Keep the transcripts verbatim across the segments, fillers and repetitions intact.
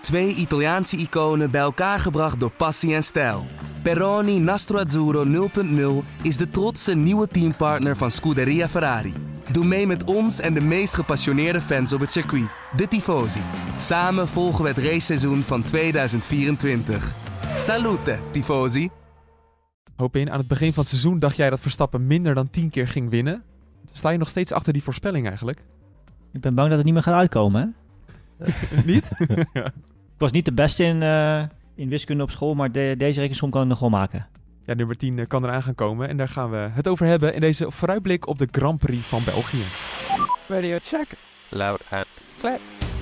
Twee Italiaanse iconen bij elkaar gebracht door passie en stijl. Peroni Nastro Azzurro nul punt nul is de trotse nieuwe teampartner van Scuderia Ferrari. Doe mee met ons en de meest gepassioneerde fans op het circuit, de Tifosi. Samen volgen we het raceseizoen van tweeduizend vierentwintig. Salute, Tifosi! Hoop in, aan het begin van het seizoen dacht jij dat Verstappen minder dan tien keer ging winnen. Sta je nog steeds achter die voorspelling eigenlijk? Ik ben bang dat het niet meer gaat uitkomen, hè? Niet? Ja. Ik was niet de beste in, uh, in wiskunde op school, maar de, deze rekensom kan ik nog wel maken. Ja, nummer tien kan eraan gaan komen en daar gaan we het over hebben in deze vooruitblik op de Grand Prix van België. Radio check. Loud and clear.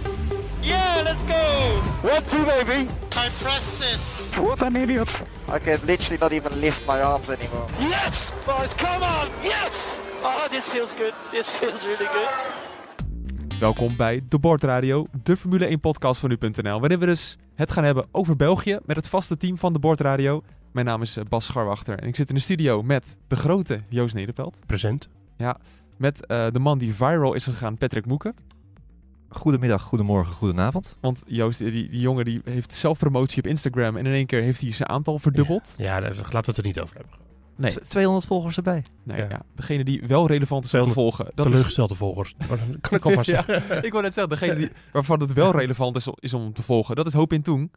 Yeah, let's go! One, two, baby. I pressed it. What an idiot. I can literally not even lift my arms anymore. Yes, boys, come on! Yes! Oh, this feels good. This feels really good. Welkom bij De Bord Radio, de Formule één podcast van nu punt n l. Waarin we dus het gaan hebben over België met het vaste team van De Bord Radio. Mijn naam is Bas Scharwachter en ik zit in de studio met de grote Joost Nederpelt. Present. Ja, met uh, de man die viral is gegaan, Patrick Moeken. Goedemiddag, goedemorgen, goedenavond. Want Joost, die, die jongen die heeft zelfpromotie op Instagram en in één keer heeft hij zijn aantal verdubbeld. Ja, ja, laten we het er niet over hebben. Nee. tweehonderd volgers erbij. Nee, ja. ja. Degene die wel relevant is om te volgen. Dat teleurgestelde is... volgers. Dat kan ik alvast ja, zeggen. Ik wil net zeggen, degene die, waarvan het wel relevant is, is om te volgen. Dat is Hoop in Toen.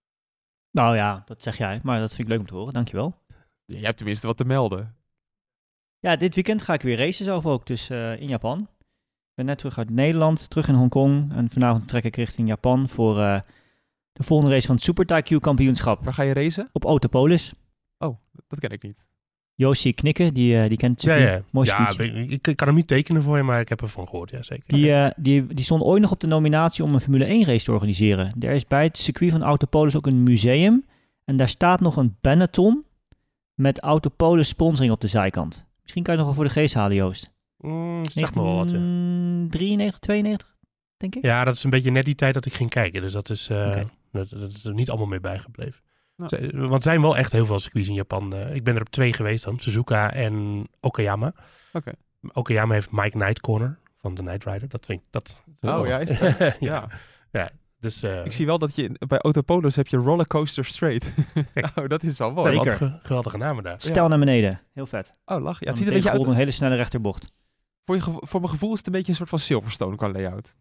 Nou ja, dat zeg jij. Maar dat vind ik leuk om te horen. Dankjewel. Ja, je hebt tenminste wat te melden. Ja, dit weekend ga ik weer racen zelf ook. Dus uh, in Japan. Ik ben net terug uit Nederland. Terug in Hongkong. En vanavond trek ik richting Japan voor uh, de volgende race van het Super Taikyu kampioenschap. Waar ga je racen? Op Autopolis. Oh, dat ken ik niet. Joost zie knikken, die, uh, die kent het. Ja, ja. Mooi ja ik, ik kan hem niet tekenen voor je, maar ik heb ervan gehoord, ja zeker. Die, uh, die, die stond ooit nog op de nominatie om een Formule één race te organiseren. Er is bij het circuit van Autopolis ook een museum. En daar staat nog een Benetton met Autopolis sponsoring op de zijkant. Misschien kan je nog wel voor de geest halen, Joost. Mm, zeg maar wel wat, ja. drieënnegentig, tweeënnegentig, denk ik. Ja, dat is een beetje net die tijd dat ik ging kijken. Dus dat is, uh, okay. dat, dat is er niet allemaal mee bijgebleven. Nou. Want er zijn wel echt heel veel circuits in Japan. Uh, ik ben er op twee geweest dan. Suzuka en Okayama. Oké. Okay. Okayama heeft Mike Knight Corner van de Knight Rider. Dat vind ik... Dat, oh, ja, is dat? ja. ja. ja. Dus, uh, ik zie wel dat je bij Autopolis heb je Rollercoaster Straight. Nou, dat is wel mooi. Zeker. Ge- geweldige namen daar. Stel ja. naar beneden. Heel vet. Oh, lach. Ja, het ziet er een beetje uit. Een hele snelle rechterbocht. Voor, je gevo- voor mijn gevoel is het een beetje een soort van Silverstone qua layout.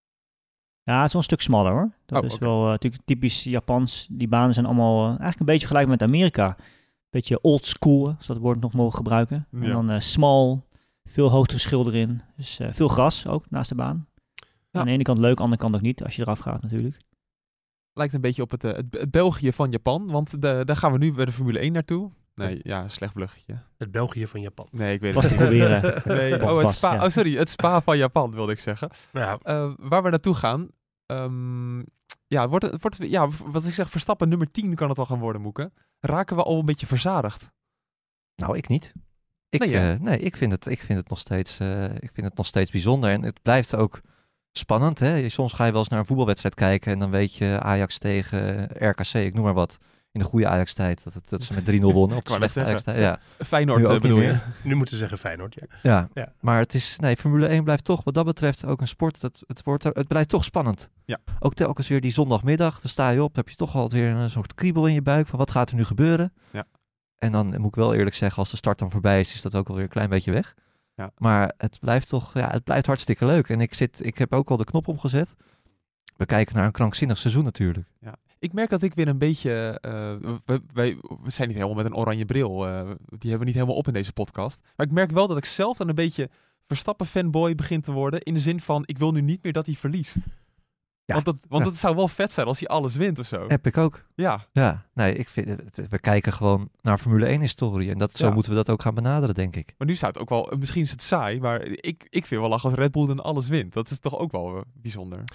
Ja, het is wel een stuk smaller hoor. Dat oh, is okay. wel uh, natuurlijk typisch Japans. Die banen zijn allemaal uh, eigenlijk een beetje gelijk met Amerika. Beetje old school, als dat woord nog mogen gebruiken. Ja. En dan uh, small, veel hoogteverschil erin. Dus uh, veel gras ook naast de baan. Ja. Aan de ene kant leuk, aan de andere kant ook niet, als je eraf gaat natuurlijk. Lijkt een beetje op het, uh, het België van Japan, want de, daar gaan we nu bij de Formule één naartoe. Nee, ja, slecht bluggetje. Het België van Japan. Nee, ik weet Was het niet. proberen. Nee, oh, het spa, ja. oh, sorry, het Spa van Japan wilde ik zeggen. Ja. Uh, waar we naartoe gaan, um, ja, wordt, het, wordt, ja, wat ik zeg, Verstappen nummer tien kan het wel gaan worden, Moeke. Raken we al een beetje verzadigd? Nou, ik niet. Ik, nee, ja. uh, nee ik, vind het, ik, vind het nog steeds, uh, ik vind het nog steeds bijzonder en het blijft ook spannend. Hè? Soms ga je wel eens naar een voetbalwedstrijd kijken en dan weet je Ajax tegen R K C, ik noem maar wat. In de goede Ajax-tijd, dat, het, dat ze met drie nul wonnen. Ik wou net zeggen. Ja. Feyenoord uh, bedoel je? Nu moeten ze zeggen Feyenoord, ja. Ja, ja. Maar het is, nee, Formule één blijft toch wat dat betreft ook een sport. Het, het, wordt, het blijft toch spannend. Ja. Ook telkens weer die zondagmiddag, dan sta je op, heb je toch altijd weer een soort kriebel in je buik van wat gaat er nu gebeuren. Ja. En dan moet ik wel eerlijk zeggen, als de start dan voorbij is, is dat ook alweer een klein beetje weg. Ja. Maar het blijft toch, ja, het blijft hartstikke leuk. En ik, zit, ik heb ook al de knop omgezet. We kijken naar een krankzinnig seizoen natuurlijk. Ja. Ik merk dat ik weer een beetje... Uh, we, wij, we zijn niet helemaal met een oranje bril. Uh, die hebben we niet helemaal op in deze podcast. Maar ik merk wel dat ik zelf dan een beetje Verstappen fanboy begin te worden. In de zin van, ik wil nu niet meer dat hij verliest. Ja. Want, dat, want ja. het zou wel vet zijn als hij alles wint of zo. Heb ik ook. Ja. Ja, nee, ik vind, we kijken gewoon naar Formule één historie. En dat, zo ja. moeten we dat ook gaan benaderen, denk ik. Maar nu zou het ook wel... Misschien is het saai, maar ik, ik vind wel lachen als Red Bull dan alles wint. Dat is toch ook wel uh, bijzonder.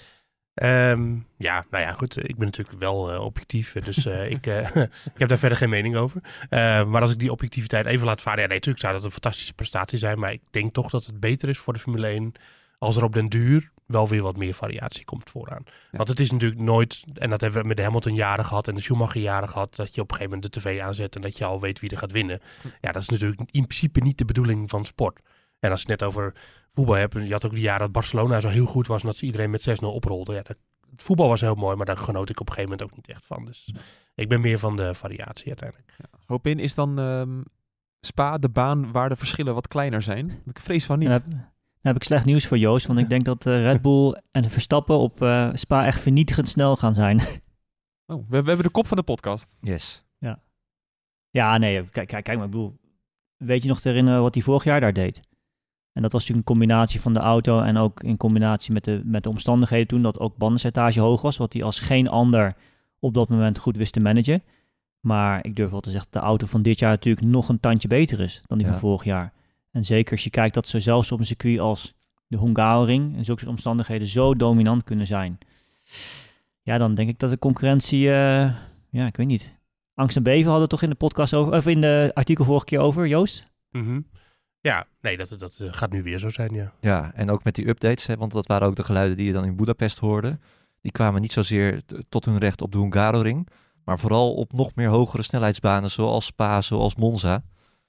Um, ja, nou ja, goed. Ik ben natuurlijk wel uh, objectief, dus uh, ik, uh, ik heb daar verder geen mening over. Uh, maar als ik die objectiviteit even laat varen, ja, nee, natuurlijk zou dat een fantastische prestatie zijn, maar ik denk toch dat het beter is voor de Formule één als er op den duur wel weer wat meer variatie komt vooraan. Ja. Want het is natuurlijk nooit, en dat hebben we met de Hamilton jaren gehad en de Schumacher jaren gehad, dat je op een gegeven moment de tv aanzet en dat je al weet wie er gaat winnen. Ja, dat is natuurlijk in principe niet de bedoeling van sport. En als je het net over voetbal hebt, je had ook die jaren dat Barcelona zo heel goed was en dat ze iedereen met zes nul oprolden. Ja, dat, het voetbal was heel mooi, maar daar genoot ik op een gegeven moment ook niet echt van. Dus ik ben meer van de variatie uiteindelijk. Ja. Hoop in is dan um, Spa de baan waar de verschillen wat kleiner zijn? Want ik vrees van niet. Dan heb, dan heb ik slecht nieuws voor Joost, want ik denk dat uh, Red Bull en de Verstappen op uh, Spa echt vernietigend snel gaan zijn. Oh, we, we hebben de kop van de podcast. Yes. Ja, ja nee, kijk, kijk, kijk maar, ik bedoel, weet je nog herinneren wat hij vorig jaar daar deed? En dat was natuurlijk een combinatie van de auto en ook in combinatie met de, met de omstandigheden toen, dat ook bandenslijtage hoog was, wat hij als geen ander op dat moment goed wist te managen. Maar ik durf wel te zeggen dat de auto van dit jaar natuurlijk nog een tandje beter is dan die Ja. van vorig jaar. En zeker als je kijkt dat ze zelfs op een circuit als de Hungaroring in zulke soort omstandigheden zo dominant kunnen zijn. Ja, dan denk ik dat de concurrentie, uh, ja, ik weet niet. Angst en beven hadden we toch in de podcast over, of in de artikel vorige keer over, Joost? Mm-hmm. Ja, nee, dat, dat gaat nu weer zo zijn, ja. Ja, en ook met die updates, hè, want dat waren ook de geluiden die je dan in Budapest hoorde. Die kwamen niet zozeer t- tot hun recht op de Hungaroring, maar vooral op nog meer hogere snelheidsbanen zoals Spa, zoals Monza.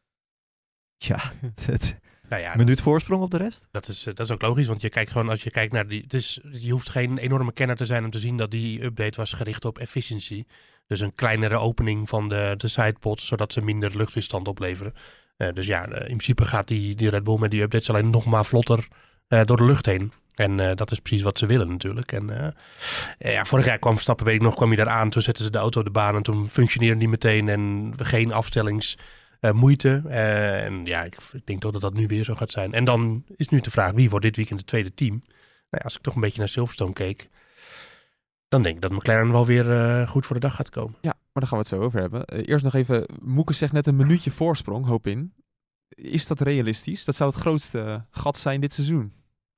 Ja, het, Nou ja, minuut voorsprong op de rest? Dat is, dat is ook logisch, want je kijkt gewoon als je kijkt naar die. Het is, je hoeft geen enorme kenner te zijn om te zien dat die update was gericht op efficiency. Dus een kleinere opening van de, de sidepods, zodat ze minder luchtweerstand opleveren. Uh, dus ja, in principe gaat die, die Red Bull met die updates alleen nog maar vlotter uh, door de lucht heen. En uh, dat is precies wat ze willen natuurlijk. En uh, ja, vorig jaar kwam Verstappen, weet ik nog, kwam hij daar aan. Toen zetten ze de auto op de baan en toen functioneerde die meteen en geen afstellings... Uh, moeite. Uh, en ja, ik, ik denk toch dat dat nu weer zo gaat zijn. En dan is nu de vraag, wie wordt dit weekend het tweede team? Nou ja, als ik toch een beetje naar Silverstone keek, dan denk ik dat McLaren wel weer uh, goed voor de dag gaat komen. Ja, maar daar gaan we het zo over hebben. Uh, eerst nog even, Moeke zegt net een minuutje voorsprong, hoop in. Is dat realistisch? Dat zou het grootste gat zijn dit seizoen.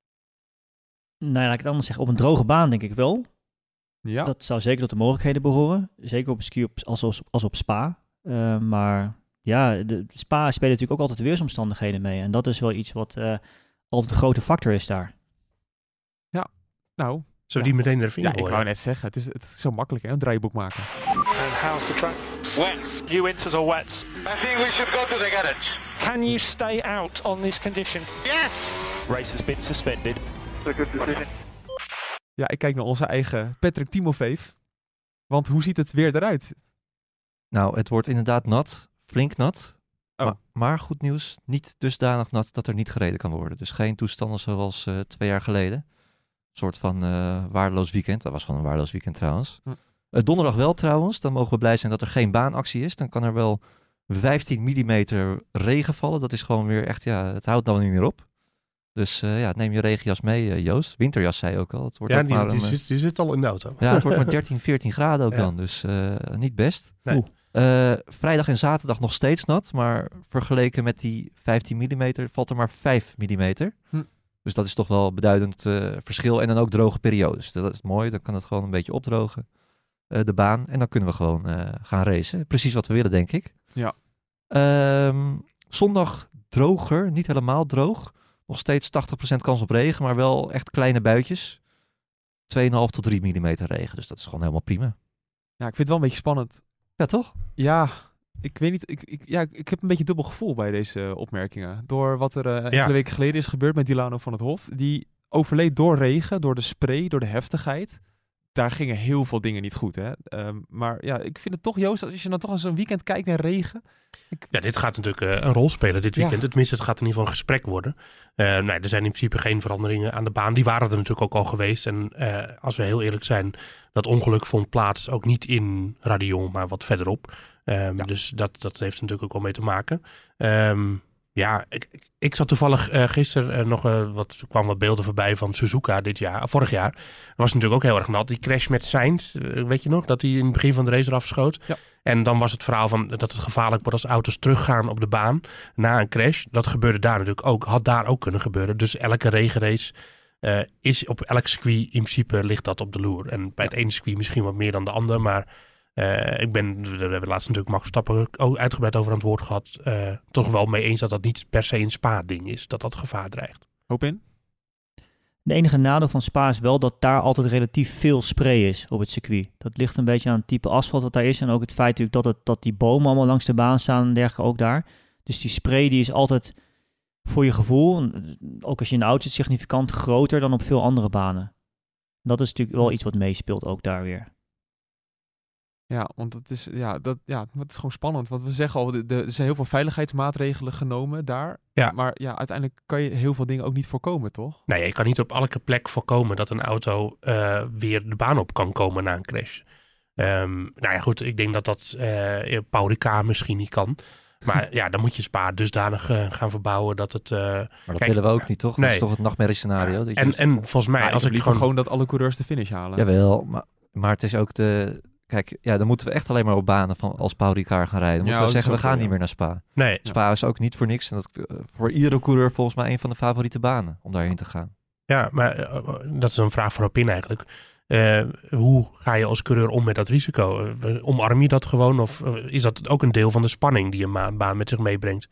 Nou ja, laat ik het anders zeggen. Op een droge baan denk ik wel. Ja. Dat zou zeker tot de mogelijkheden behoren. Zeker op een ski op, als, als, als op Spa. Uh, maar... Ja, de Spa spelen natuurlijk ook altijd weersomstandigheden mee. En dat is wel iets wat uh, altijd een grote factor is daar. Ja, nou... Zullen we ja. die meteen er vinden? Ja, ik wou net zeggen. Het is, het is zo makkelijk, hè? Een draaiboek maken. And how's the track? Wet. New winters or wets? I think we should go to the garage. Can you stay out on this condition? Yes. Race has been suspended. A good decision. Ja, ik kijk naar onze eigen Patrick Timofeev. Want hoe ziet het weer eruit? Nou, het wordt inderdaad nat. Flink nat. Oh. Maar, maar goed nieuws, niet dusdanig nat dat er niet gereden kan worden. Dus geen toestanden zoals uh, twee jaar geleden. Een soort van uh, waardeloos weekend. Dat was gewoon een waardeloos weekend trouwens. Hm. Uh, donderdag wel trouwens. Dan mogen we blij zijn dat er geen baanactie is. Dan kan er wel vijftien millimeter regen vallen. Dat is gewoon weer echt, ja, het houdt dan niet meer op. Dus uh, ja, neem je regenjas mee, uh, Joost. Winterjas zei je ook al. Het wordt ja, ook die, maar die, een, zit, die zit al in de auto. Ja, het wordt maar dertien, veertien graden ook ja. dan. Dus uh, niet best. Nee. Uh, vrijdag en zaterdag nog steeds nat, maar vergeleken met die vijftien millimeter valt er maar vijf millimeter. Hm. Dus dat is toch wel een beduidend uh, verschil. En dan ook droge periodes. Dat is mooi, dan kan het gewoon een beetje opdrogen, uh, de baan. En dan kunnen we gewoon uh, gaan racen. Precies wat we willen, denk ik. Ja. Um, zondag droger, niet helemaal droog. Nog steeds tachtig procent kans op regen, maar wel echt kleine buitjes. twee komma vijf tot drie millimeter regen, dus dat is gewoon helemaal prima. Ja, ik vind het wel een beetje spannend. Ja, toch? Ja, ik weet niet. Ik, ik, ja, ik heb een beetje dubbel gevoel bij deze uh, opmerkingen. Door wat er uh, enkele ja. weken geleden is gebeurd met Dilano van het Hof. Die overleed door regen, door de spray, door de heftigheid. Daar gingen heel veel dingen niet goed, hè. Um, maar ja, ik vind het toch, Joost, als je dan toch aan zo'n weekend kijkt naar regen... Ik... Ja, dit gaat natuurlijk uh, een rol spelen dit weekend. Ja. Tenminste, het gaat in ieder geval een gesprek worden. Uh, nee, er zijn in principe geen veranderingen aan de baan. Die waren er natuurlijk ook al geweest. En uh, als we heel eerlijk zijn, dat ongeluk vond plaats ook niet in Radion, maar wat verderop. Um, ja. Dus dat, dat heeft er natuurlijk ook wel mee te maken. Um, ja, ik, ik zat toevallig uh, gisteren uh, nog uh, wat kwam wat beelden voorbij van Suzuka dit jaar, vorig jaar. Dat was natuurlijk ook heel erg nat. Die crash met Sainz, uh, weet je nog, dat hij in het begin van de race eraf schoot. Ja. En dan was het verhaal van dat het gevaarlijk wordt als auto's teruggaan op de baan na een crash. Dat gebeurde daar natuurlijk ook, had daar ook kunnen gebeuren. Dus elke regenrace uh, is op elk circuit, in principe ligt dat op de loer. En bij ja. het ene circuit misschien wat meer dan de ander, maar... Uh, ik ben, we hebben laatst natuurlijk Max Verstappen ook uitgebreid over aan het woord gehad. Uh, toch wel mee eens dat dat niet per se een Spa-ding is. Dat dat gevaar dreigt. Hoop in? De enige nadeel van Spa is wel dat daar altijd relatief veel spray is op het circuit. Dat ligt een beetje aan het type asfalt wat daar is. En ook het feit natuurlijk dat, het, dat die bomen allemaal langs de baan staan en dergelijke ook daar. Dus die spray die is altijd voor je gevoel, ook als je in de auto zit, significant groter dan op veel andere banen. Dat is natuurlijk wel iets wat meespeelt ook daar weer. Ja, want het is, ja, dat, ja, het is gewoon spannend. Want we zeggen al, de, de, er zijn heel veel veiligheidsmaatregelen genomen daar. Ja. Maar ja, uiteindelijk kan je heel veel dingen ook niet voorkomen, toch? Nee, je kan niet op elke plek voorkomen dat een auto uh, weer de baan op kan komen na een crash. Um, nou ja, goed, ik denk dat dat uh, Paul Ricard misschien niet kan. Maar ja, dan moet je Spa dusdanig uh, gaan verbouwen dat het... Uh, maar dat kijk, willen we ook niet, toch? Nee. Dat is toch het nachtmerriescenario? En, dus... en volgens mij, ja, als ik, ik gewoon... gewoon dat alle coureurs de finish halen. Jawel, maar, maar het is ook de... Kijk, ja, dan moeten we echt alleen maar op banen van als Paul Ricard gaan rijden. Dan moeten Ja, we zeggen, we zo, gaan ja. niet meer naar Spa. Nee. Spa is ook niet voor niks. En dat uh, voor iedere coureur volgens mij een van de favoriete banen om daarheen te gaan. Ja, maar uh, dat is een vraag voor Opin eigenlijk. Uh, hoe ga je als coureur om met dat risico? Uh, omarm je dat gewoon? Of uh, is dat ook een deel van de spanning die een ma- baan met zich meebrengt?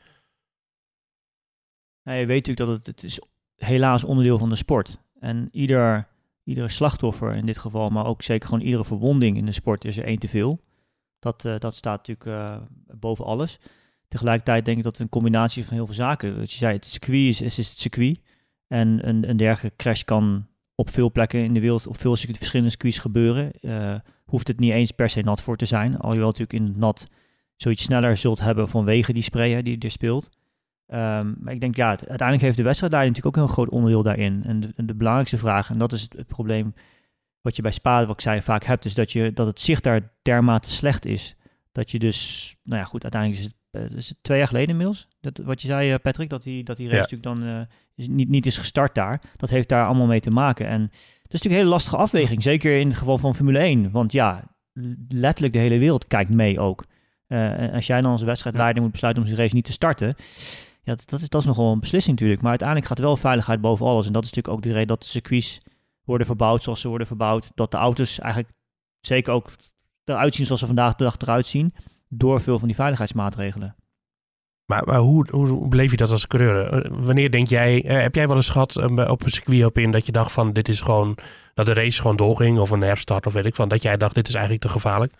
Nou, je weet natuurlijk dat het, het is helaas onderdeel van de sport. En ieder, iedere slachtoffer in dit geval, maar ook zeker gewoon iedere verwonding in de sport is er één te veel. Dat, uh, dat staat natuurlijk uh, boven alles. Tegelijkertijd denk ik dat het een combinatie van heel veel zaken. Wat je zei, het circuit is, is het circuit. En een, een dergelijke crash kan op veel plekken in de wereld, op veel verschillende circuits gebeuren. Uh, hoeft het niet eens per se nat voor te zijn. Alhoewel natuurlijk in het nat zoiets sneller zult hebben vanwege die spray hè, die er speelt. Um, maar ik denk, ja, uiteindelijk heeft de wedstrijdleiding natuurlijk ook een heel groot onderdeel daarin. En de, en de belangrijkste vraag, en dat is het, het probleem wat je bij Spa, wat ik zei, vaak hebt, is dat, je, dat het zicht daar dermate slecht is. Dat je dus, nou ja goed, uiteindelijk is het, uh, is het twee jaar geleden inmiddels. Dat, wat je zei, uh, Patrick, dat die, dat die race ja. natuurlijk dan uh, is niet, niet is gestart daar. Dat heeft daar allemaal mee te maken. En dat is natuurlijk een hele lastige afweging, zeker in het geval van Formule één. Want ja, letterlijk de hele wereld kijkt mee ook. Uh, en als jij dan als wedstrijdleider ja. moet besluiten om zijn race niet te starten, ja, dat is, dat is nogal een beslissing natuurlijk. Maar uiteindelijk gaat wel veiligheid boven alles. En dat is natuurlijk ook de reden dat de circuits worden verbouwd zoals ze worden verbouwd. Dat de auto's eigenlijk zeker ook eruit zien zoals ze vandaag de dag eruit zien. Door veel van die veiligheidsmaatregelen. Maar, maar hoe, hoe beleef je dat als coureur? Wanneer denk jij, eh, heb jij wel eens gehad uh, op een circuit op in dat je dacht van dit is gewoon, dat de race gewoon doorging of een herstart of weet ik van, dat jij dacht dit is eigenlijk te gevaarlijk?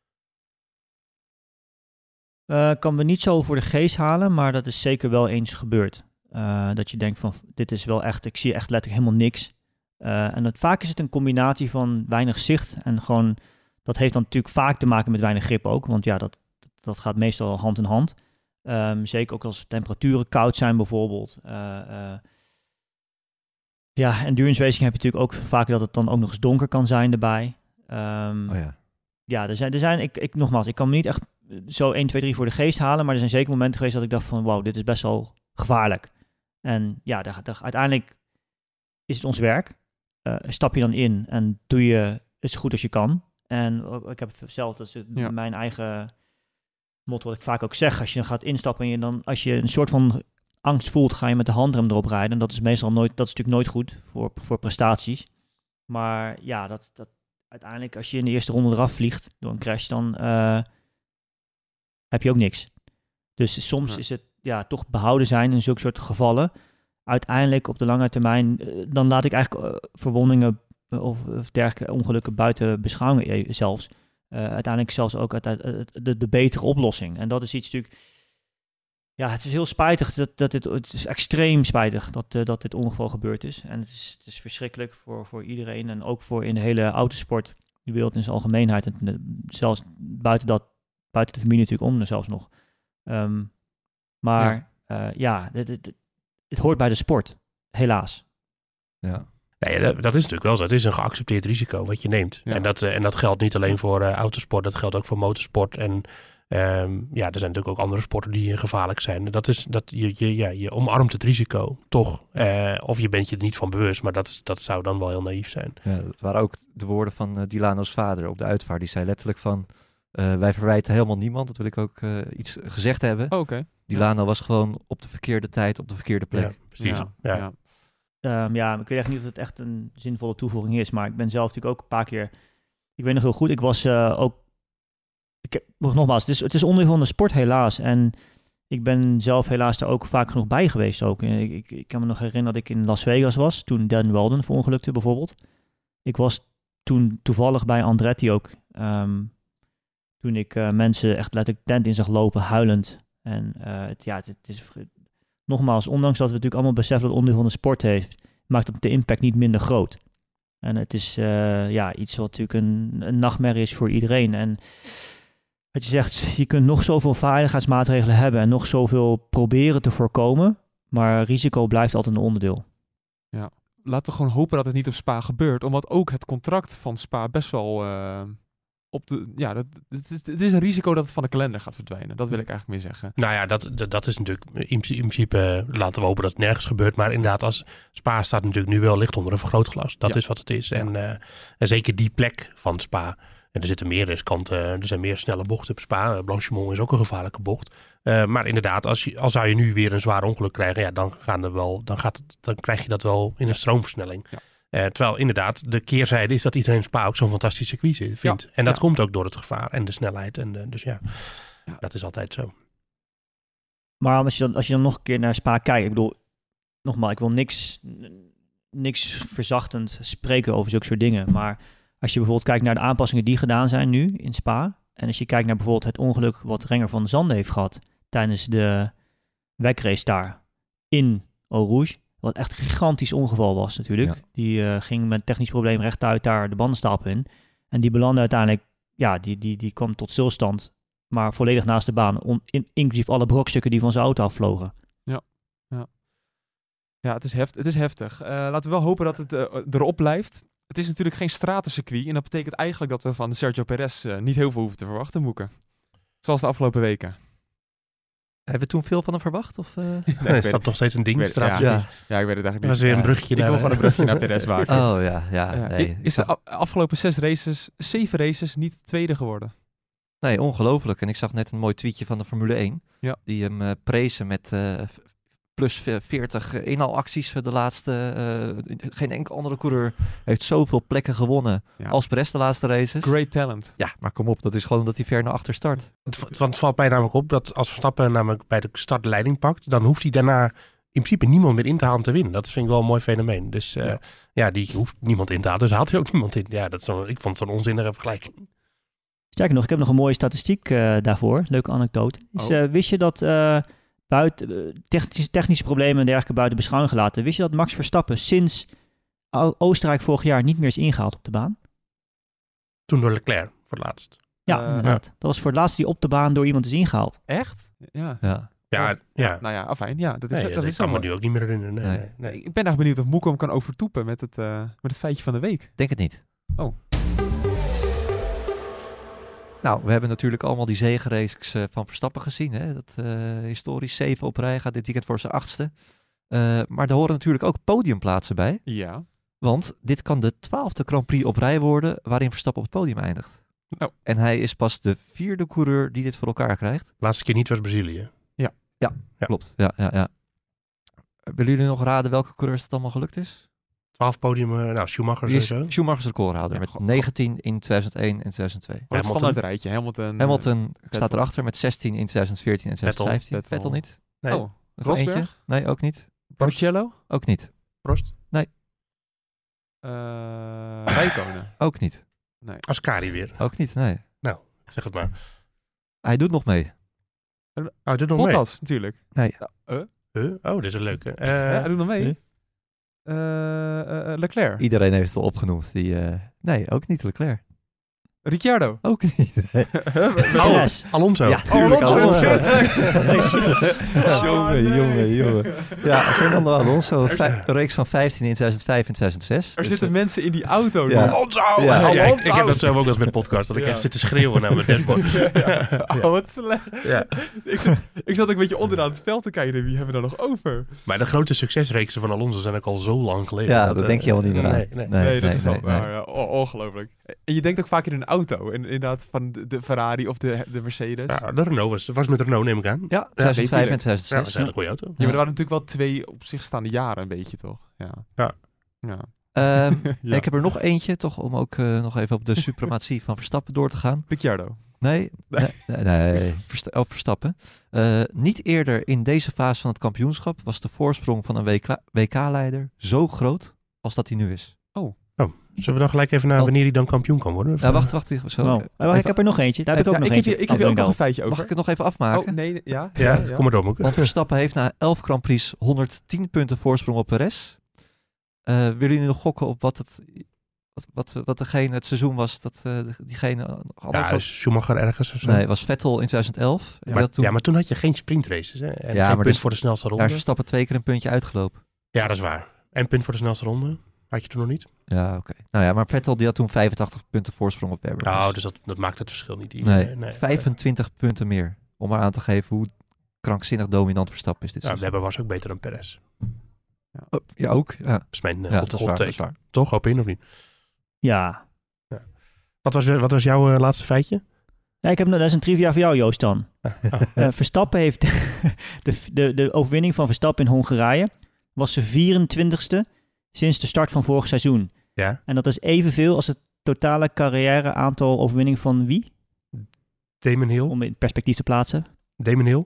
Uh, kan me niet zo voor de geest halen, maar dat is zeker wel eens gebeurd. Uh, dat je denkt van, dit is wel echt, ik zie echt letterlijk helemaal niks. Uh, en dat, vaak is het een combinatie van weinig zicht en gewoon, dat heeft dan natuurlijk vaak te maken met weinig grip ook, want ja, dat, dat gaat meestal hand in hand. Um, zeker ook als temperaturen koud zijn bijvoorbeeld. Uh, uh, ja, endurance racing heb je natuurlijk ook vaak dat het dan ook nog eens donker kan zijn erbij. Um, oh ja. Ja, er zijn, er zijn ik, ik, nogmaals, ik kan me niet echt zo één, twee, drie voor de geest halen, maar er zijn zeker momenten geweest dat ik dacht van, wauw, dit is best wel gevaarlijk. En ja, daar, daar, uiteindelijk is het ons werk. Uh, stap je dan in en doe je het zo goed als je kan. En ik heb zelf, dat is ja. mijn eigen motto wat ik vaak ook zeg, als je dan gaat instappen en je dan, als je een soort van angst voelt, ga je met de handrem erop rijden. En dat is meestal nooit, dat is natuurlijk nooit goed voor, voor prestaties. Maar ja, dat, dat uiteindelijk, als je in de eerste ronde eraf vliegt door een crash, dan uh, heb je ook niks. Dus soms ja. is het ja, toch behouden zijn in zulke soort gevallen. Uiteindelijk op de lange termijn, uh, dan laat ik eigenlijk uh, verwondingen uh, of, of dergelijke ongelukken buiten beschouwing zelfs. Uh, uiteindelijk zelfs ook uit, uit, uit de, de betere oplossing. En dat is iets natuurlijk, ja, het is heel spijtig, dat, dat dit, het is extreem spijtig dat, uh, dat dit ongeval gebeurd is. En het is, het is verschrikkelijk voor, voor iedereen en ook voor in de hele autosport, de wereld in zijn algemeenheid. En uh, zelfs buiten dat, buiten de familie natuurlijk om, zelfs nog. Um, maar ja, uh, ja het, het, het hoort bij de sport, helaas. Ja. Nee, dat, dat is natuurlijk wel zo. Het is een geaccepteerd risico wat je neemt. Ja. En, dat, uh, en dat geldt niet alleen voor uh, autosport, dat geldt ook voor motorsport. En um, ja, er zijn natuurlijk ook andere sporten die gevaarlijk zijn. Dat is dat je, je, ja, je omarmt het risico, toch? Uh, of je bent je er niet van bewust, maar dat, dat zou dan wel heel naïef zijn. Ja, dat waren ook de woorden van uh, Dilano's vader op de uitvaart. Die zei letterlijk van, uh, wij verwijten helemaal niemand. Dat wil ik ook uh, iets gezegd hebben. Oh, okay. Dilano ja. was gewoon op de verkeerde tijd, op de verkeerde plek. Ja, precies. Ja. Ja. Ja. Um, ja, ik weet echt niet of het echt een zinvolle toevoeging is, maar ik ben zelf natuurlijk ook een paar keer, ik weet nog heel goed, ik was uh, ook, ik heb, nogmaals, het is, het is onderdeel van de sport helaas en ik ben zelf helaas daar ook vaak genoeg bij geweest ook. Ik, ik, ik kan me nog herinneren dat ik in Las Vegas was, toen Dan Weldon verongelukte bijvoorbeeld. Ik was toen toevallig bij Andretti ook, um, toen ik uh, mensen echt letterlijk tent in zag lopen, huilend. En uh, het, ja, het, het is... Nogmaals, ondanks dat we natuurlijk allemaal beseffen dat het onderdeel van de sport heeft, maakt het de impact niet minder groot. En het is uh, ja, iets wat natuurlijk een, een nachtmerrie is voor iedereen. En wat je zegt, je kunt nog zoveel veiligheidsmaatregelen hebben en nog zoveel proberen te voorkomen. Maar risico blijft altijd een onderdeel. Ja, laten we gewoon hopen dat het niet op Spa gebeurt. Omdat ook het contract van Spa best wel uh, op de... Ja, dat, het, is, het is een risico dat het van de kalender gaat verdwijnen. Dat wil ik eigenlijk meer zeggen. Nou ja, dat, dat, dat is natuurlijk in, in principe... Laten we hopen dat het nergens gebeurt. Maar inderdaad, als Spa staat natuurlijk nu wel licht onder een vergrootglas. Dat ja. is wat het is. Ja. En, uh, en zeker die plek van Spa... En er zitten meer kanten, er zijn meer snelle bochten op Spa. Blanchimont is ook een gevaarlijke bocht. Uh, maar inderdaad, als, je, als zou je nu weer een zwaar ongeluk krijgen, ja, dan, gaan er wel, dan, gaat het, dan krijg je dat wel in een stroomversnelling. Ja. Uh, terwijl inderdaad, de keerzijde is dat iedereen Spa ook zo'n fantastisch circuit vindt. Ja. En dat ja. komt ook door het gevaar en de snelheid. En de, dus ja, ja, dat is altijd zo. Maar als je, dan, als je dan nog een keer naar Spa kijkt, ik bedoel, nogmaals, ik wil niks, niks verzachtend spreken over zulke soort dingen, maar... Als je bijvoorbeeld kijkt naar de aanpassingen die gedaan zijn nu in Spa. En als je kijkt naar bijvoorbeeld het ongeluk wat Renger van Zande heeft gehad tijdens de W E C-race daar in Eau Rouge. Wat echt een gigantisch ongeval was natuurlijk. Ja. Die uh, ging met technisch probleem rechtuit daar de bandenstapel in. En die belandde uiteindelijk, ja, die, die, die kwam tot stilstand. Maar volledig naast de baan. On, in, inclusief alle brokstukken die van zijn auto afvlogen. Ja, ja. ja het, is heft, het is heftig. Uh, laten we wel hopen dat het uh, erop blijft. Het is natuurlijk geen stratencircuit en dat betekent eigenlijk dat we van Sergio Perez uh, niet heel veel hoeven te verwachten, Moeke. Zoals de afgelopen weken. Hebben we toen veel van hem verwacht? Of, uh... nee, is dat nog steeds een ding? stratencircuit? Ja. ja, ik weet het eigenlijk niet. Dat was weer een brugje ja, naar... Ik wil gewoon een brugje naar Perez maken. Oh ja, ja. Uh, nee, is de a- afgelopen zes races, zeven races, niet tweede geworden? Nee, ongelooflijk. En ik zag net een mooi tweetje van de Formule één. Ja. Die hem uh, prezen met... Uh, plus veertig inhaalacties de laatste. Uh, geen enkel andere coureur heeft zoveel plekken gewonnen ja. als Perez de laatste races. Great talent. Ja, maar kom op, dat is gewoon dat hij ver naar achter start. Het, want het valt mij namelijk op dat als Verstappen namelijk bij de start de leiding pakt, dan hoeft hij daarna in principe niemand meer in te halen om te winnen. Dat vind ik wel een mooi fenomeen. Dus uh, ja. ja, die hoeft niemand in te halen, dus haalt hij ook niemand in. Ja, dat is zo, ik vond het zo'n onzinnige vergelijking. Sterker nog, ik heb nog een mooie statistiek uh, daarvoor. Leuke anekdote. Dus, uh, wist je dat... Uh, Buiten, technische, technische problemen en dergelijke buiten beschouwing gelaten. Wist je dat Max Verstappen sinds o- Oostenrijk vorig jaar niet meer is ingehaald op de baan? Toen door Leclerc, voor het laatst. Ja, uh, inderdaad. Ja. Dat was voor het laatst die op de baan door iemand is ingehaald. Echt? Ja. Ja, ja. ja. Nou ja, afijn. Ja, dat is, nee, dat ik is kan me nu ook niet meer herinneren. Nee, nee. Nee, nee. Ik ben eigenlijk benieuwd of Moeke hem kan overtoepen met het, uh, met het feitje van de week. Denk het niet. Oh. Nou, we hebben natuurlijk allemaal die zegenraces uh, van Verstappen gezien. Hè? Dat uh, historisch zeven op rij gaat dit weekend voor zijn achtste. Uh, maar er horen natuurlijk ook podiumplaatsen bij. Ja. Want dit kan de twaalfde Grand Prix op rij worden waarin Verstappen op het podium eindigt. Oh. En hij is pas de vierde coureur die dit voor elkaar krijgt. Laatste keer niet was Brazilië. Ja, ja, ja. klopt. Ja, ja, ja. Willen jullie nog raden welke coureurs het allemaal gelukt is? twaalf podium, nou Schumacher sowieso. Schumacher is recordhouder ja, met go- negentien in tweeduizend één en tweeduizend twee. Het standaard rijtje, Hamilton. Hamilton uh, staat erachter met zestien in tweeduizend veertien en tweeduizend vijftien. Vettel, Vettel niet. Nee. Oh, Rosberg? Nee, ook niet. Barrichello? Ook niet. Prost? Nee. Uh, Rijkonen? Ook niet. Nee. Ascari weer? Ook niet, nee. Nou, zeg het maar. Hij doet nog mee. Oh, hij doet nog Bottas, mee? natuurlijk. Nee. Uh? Uh? Oh, dit is een leuke. Uh, ja, hij doet nog mee. Uh? Uh, uh, Leclerc. Iedereen heeft het al opgenoemd. Die, uh, nee, ook niet Leclerc. Ricciardo. Ook niet. Nee. Al- Alonso. Ja, tuurlijk, Alonso. Jongen, jongen, jongen. Ja, Fernando Alonso. Vijf, een reeks van vijftien in tweeduizend vijf en tweeduizend zes. Er dus zitten uh, mensen in die auto. Ja. Alonso! Ja. Ja, ja, ik, ik heb dat zelf ook wel eens met de podcast. Dat ik ja. echt zit te schreeuwen naar mijn dashboard. Ja. Ja. Oh, wat slecht. Ja. ik, zat, ik zat ook een beetje onderaan het veld te kijken. Wie hebben we daar nog over? Maar de grote succesreeksen van Alonso zijn ook al zo lang geleden. Ja, dat, dat denk je al niet meer aan. Nee, nee, nee, nee dat nee, is nee, wel nee. Ja, ongelooflijk. En je denkt ook vaak in een auto. En inderdaad van de, de Ferrari of de, de Mercedes. Ja, de Renault was, was met Renault, neem ik aan. Ja, tweeduizend vijf ja, en tweeduizend zes. Ja, dat is een hele goede auto. Ja, maar er waren natuurlijk wel twee op zich staande jaren een beetje, toch? Ja. Ja. ja. Um, ja. Ik heb er nog eentje, toch om ook uh, nog even op de suprematie van Verstappen door te gaan. Ricciardo. Nee, nee, nee, nee Verst- oh, Verstappen. Uh, niet eerder in deze fase van het kampioenschap was de voorsprong van een W K-leider zo groot als dat hij nu is. Oh. Oh. Zullen we dan gelijk even naar Want, wanneer hij dan kampioen kan worden? Ja, wacht, wacht. Zo. Oh. Even, ik heb er nog eentje. Daar heb ik ook ja, nog ik eentje. Heb je, ik heb je ook nog een feitje over. Mag ik het nog even afmaken? Oh, nee, ja. Ja, ja, ja. Kom maar door, Moeke. Want Verstappen heeft na elf Grand Prix honderdtien punten voorsprong op Perez. Uh, willen jullie nog gokken op wat het wat, wat, wat degene het seizoen was dat uh, diegene... Ja, was Schumacher ergens of zo? Nee, het was Vettel in twintig elf. Ja, maar, toen... ja, maar toen had je geen sprintraces. Hè? En ja, geen punt dus, voor de snelste ronde. Daar is Verstappen twee keer een puntje uitgelopen. Ja, dat is waar. En punt voor de snelste ronde. Had je toen nog niet? Ja, oké. Okay. Nou ja, maar Vettel die had toen vijfentachtig punten voorsprong op Webber. Nou, dus, dus dat, dat maakt het verschil niet. Die, nee, nee, vijfentwintig nee. punten meer. Om maar aan te geven hoe krankzinnig dominant Verstappen is dit ja, Webber was ook beter dan Perez. Ja, oh, ja ook. Ja, dat is mijn uh, ja, hot, dat hot waar, take. waar. Toch? Hoop in of niet? Ja. ja. Wat, was, wat was jouw uh, laatste feitje? Ja, ik heb, dat is een trivia voor jou, Joost dan. Ah, oh. uh, Verstappen heeft... de, de, de overwinning van Verstappen in Hongarije was zijn vierentwintigste sinds de start van vorig seizoen. Ja. En dat is evenveel als het totale carrière aantal overwinning van wie? Damon Hill. Om in perspectief te plaatsen. Damon Hill?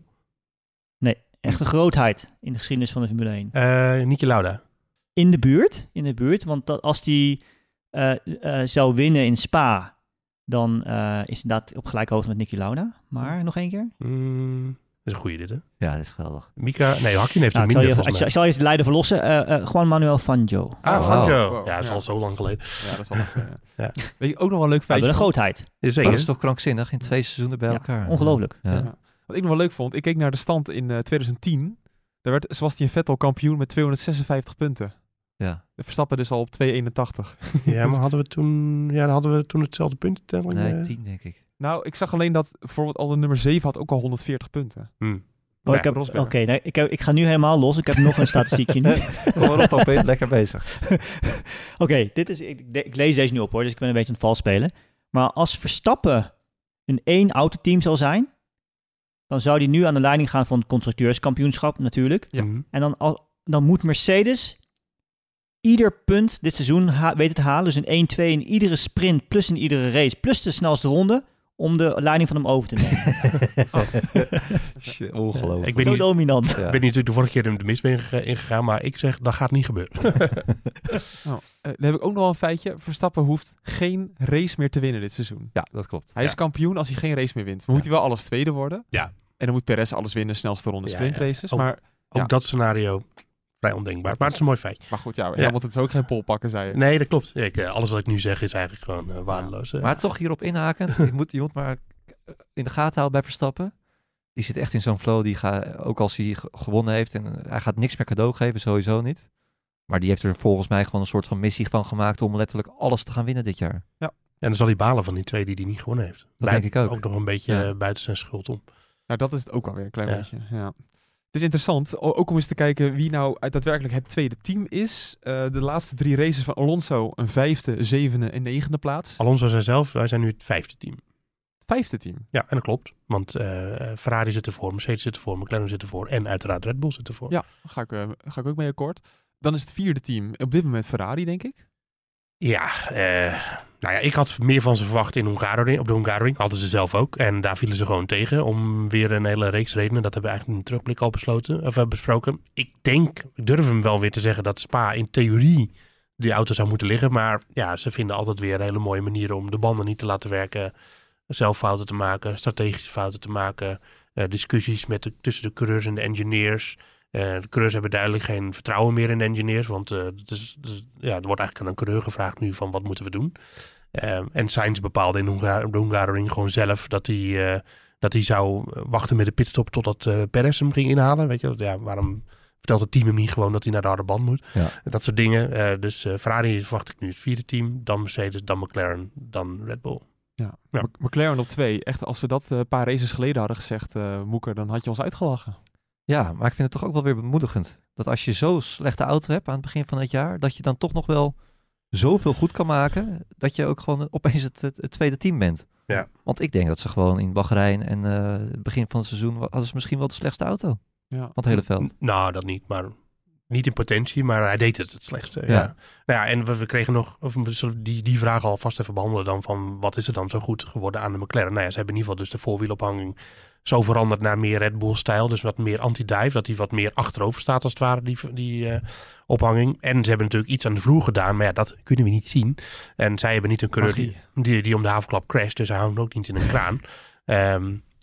Nee, echt een grootheid in de geschiedenis van de Formule één. Uh, Niki Lauda. In de buurt, in de buurt. Want dat, als die uh, uh, zou winnen in Spa, dan uh, is inderdaad op gelijke hoogte met Niki Lauda. Maar nog één keer? Mm, dat is een goeie dit, hè? Ja, dat is geweldig. Mika, nee, Hakkinen heeft nou, een minder, ik, zal je, ik zal je het lijden verlossen. Uh, uh, Juan Manuel Fangio. Ah, oh, Fangio. wow. Ja, dat is ja. al zo lang geleden. Ja, dat is wel ja. ja. Weet je ook nog wel een leuk feitje? Ja, een grootheid. Is dat is toch krankzinnig in twee seizoenen bij ja, elkaar. Ongelooflijk. Ja. Ja. Wat ik nog wel leuk vond, ik keek naar de stand in uh, twintig tien. Daar werd Sebastian Vettel kampioen met tweehonderdzesenvijftig punten. Ja. De Verstappen dus al op tweehonderdeenentachtig. Ja, maar hadden we toen, ja, hadden we toen hetzelfde puntentelling? Nee, uh... tien denk ik. Nou, ik zag alleen dat bijvoorbeeld al de nummer zeven had ook al honderdveertig punten. Hmm. Oh, ik heb, Oké, okay, nee, ik, ik ga nu helemaal los. Ik heb nog een statistiekje nu. Gewoon op tapijt, lekker bezig. Oké, okay, dit is ik, ik lees deze nu op hoor, dus ik ben een beetje aan het vals spelen. Maar als Verstappen een één autoteam zal zijn, dan zou die nu aan de leiding gaan van het constructeurskampioenschap natuurlijk. Ja. Mm-hmm. En dan, al, dan moet Mercedes ieder punt dit seizoen ha- weten te halen. Dus een één twee in iedere sprint, plus in iedere race, plus de snelste ronde, om de leiding van hem over te nemen. oh. Ongelooflijk. Ik ben Zo niet, dominant. ja. Ik ben niet natuurlijk de vorige keer in de mis ben ingegaan, maar ik zeg, dat gaat niet gebeuren. oh, uh, dan heb ik ook nog wel een feitje. Verstappen hoeft geen race meer te winnen dit seizoen. Ja, dat klopt. Hij ja. is kampioen als hij geen race meer wint. Maar moet hij wel alles tweede worden. Ja. En dan moet Perez alles winnen, snelste ronde Ja, sprintraces. ja. Ook, maar ook ja. dat scenario vrij ondenkbaar. Maar het is een mooi feit. Maar goed, ja, Ja. Hamilton is ook geen pol pakken, zei je. Nee, dat klopt. Ik, uh, alles wat ik nu zeg is eigenlijk gewoon uh, waardeloos. Uh. Maar toch hierop inhaken. je, moet, je moet maar in de gaten houden bij Verstappen. Die zit echt in zo'n flow. Die ga, ook als hij g- gewonnen heeft. En hij gaat niks meer cadeau geven, sowieso niet. Maar die heeft er volgens mij gewoon een soort van missie van gemaakt om letterlijk alles te gaan winnen dit jaar. En dan zal hij balen van die twee die hij niet gewonnen heeft. Dat Bij, denk ik ook. Ook nog een beetje Ja. uh, buiten zijn schuld om. Nou, dat is het ook alweer een klein Ja. beetje. Ja. Het is interessant, o- ook om eens te kijken wie nou uit daadwerkelijk het tweede team is. Uh, de laatste drie races van Alonso, een vijfde, zevende en negende plaats. Alonso zei zelf, wij zijn nu het vijfde team. Het vijfde team. Ja, en dat klopt. Want uh, Ferrari zit ervoor, Mercedes zit ervoor, McLaren zit ervoor en uiteraard Red Bull zit ervoor. Ja, daar ga ik, uh, ga ik ook mee akkoord. Dan is het vierde team op dit moment Ferrari, denk ik. Ja, uh, nou ja, ik had meer van ze verwacht in Hungaroring. Op de Hungaroring hadden ze zelf ook. En daar vielen ze gewoon tegen om weer een hele reeks redenen. Dat hebben we eigenlijk in een terugblik al besloten, of, uh, besproken. Ik denk, ik durf hem wel weer te zeggen dat Spa in theorie die auto zou moeten liggen. Maar ja, ze vinden altijd weer hele mooie manieren om de banden niet te laten werken. Zelf fouten te maken, strategische fouten te maken. Uh, discussies met de, tussen de coureurs en de engineers. Uh, de coureurs hebben duidelijk geen vertrouwen meer in de engineers. Want uh, het is, het is, ja, er wordt eigenlijk aan een coureur gevraagd nu van wat moeten we doen. Uh, en Sainz bepaalde in Hunga- de Hungaroring gewoon zelf dat hij, uh, dat hij zou wachten met de pitstop totdat uh, Perez hem ging inhalen. Weet je, ja, waarom vertelt het team hem niet gewoon dat hij naar de harde band moet? Ja. Dat soort dingen. Uh, dus uh, Ferrari verwacht ik nu het vierde team. Dan Mercedes, dan McLaren, dan Red Bull. Ja. Ja. M- McLaren op twee. Echt, als we dat een uh, paar races geleden hadden gezegd, uh, Moeker, dan had je ons uitgelachen. Ja, maar ik vind het toch ook wel weer bemoedigend. Dat als je zo'n slechte auto hebt aan het begin van het jaar, dat je dan toch nog wel zoveel goed kan maken, dat je ook gewoon opeens het, het, het tweede team bent. Ja. Want ik denk dat ze gewoon in Bahrein en uh, het begin van het seizoen hadden ze misschien wel de slechtste auto Ja. van het hele veld. N- nou, dat niet, maar niet in potentie, maar hij deed het het slechtste. Ja. Ja. Nou ja, en we, we kregen nog, of we zullen die, die vraag al vast even behandelen dan van wat is er dan zo goed geworden aan de McLaren? Nou ja, ze hebben in ieder geval dus de voorwielophanging zo veranderd naar meer Red Bull-stijl. Dus wat meer anti-dive, dat hij wat meer achterover staat als het ware, die, die uh, ophanging. En ze hebben natuurlijk iets aan de vloer gedaan, maar ja, dat kunnen we niet zien. En zij hebben niet een coureur die, die, die om de havenklap crasht, dus hij hangt ook niet in een kraan. Um,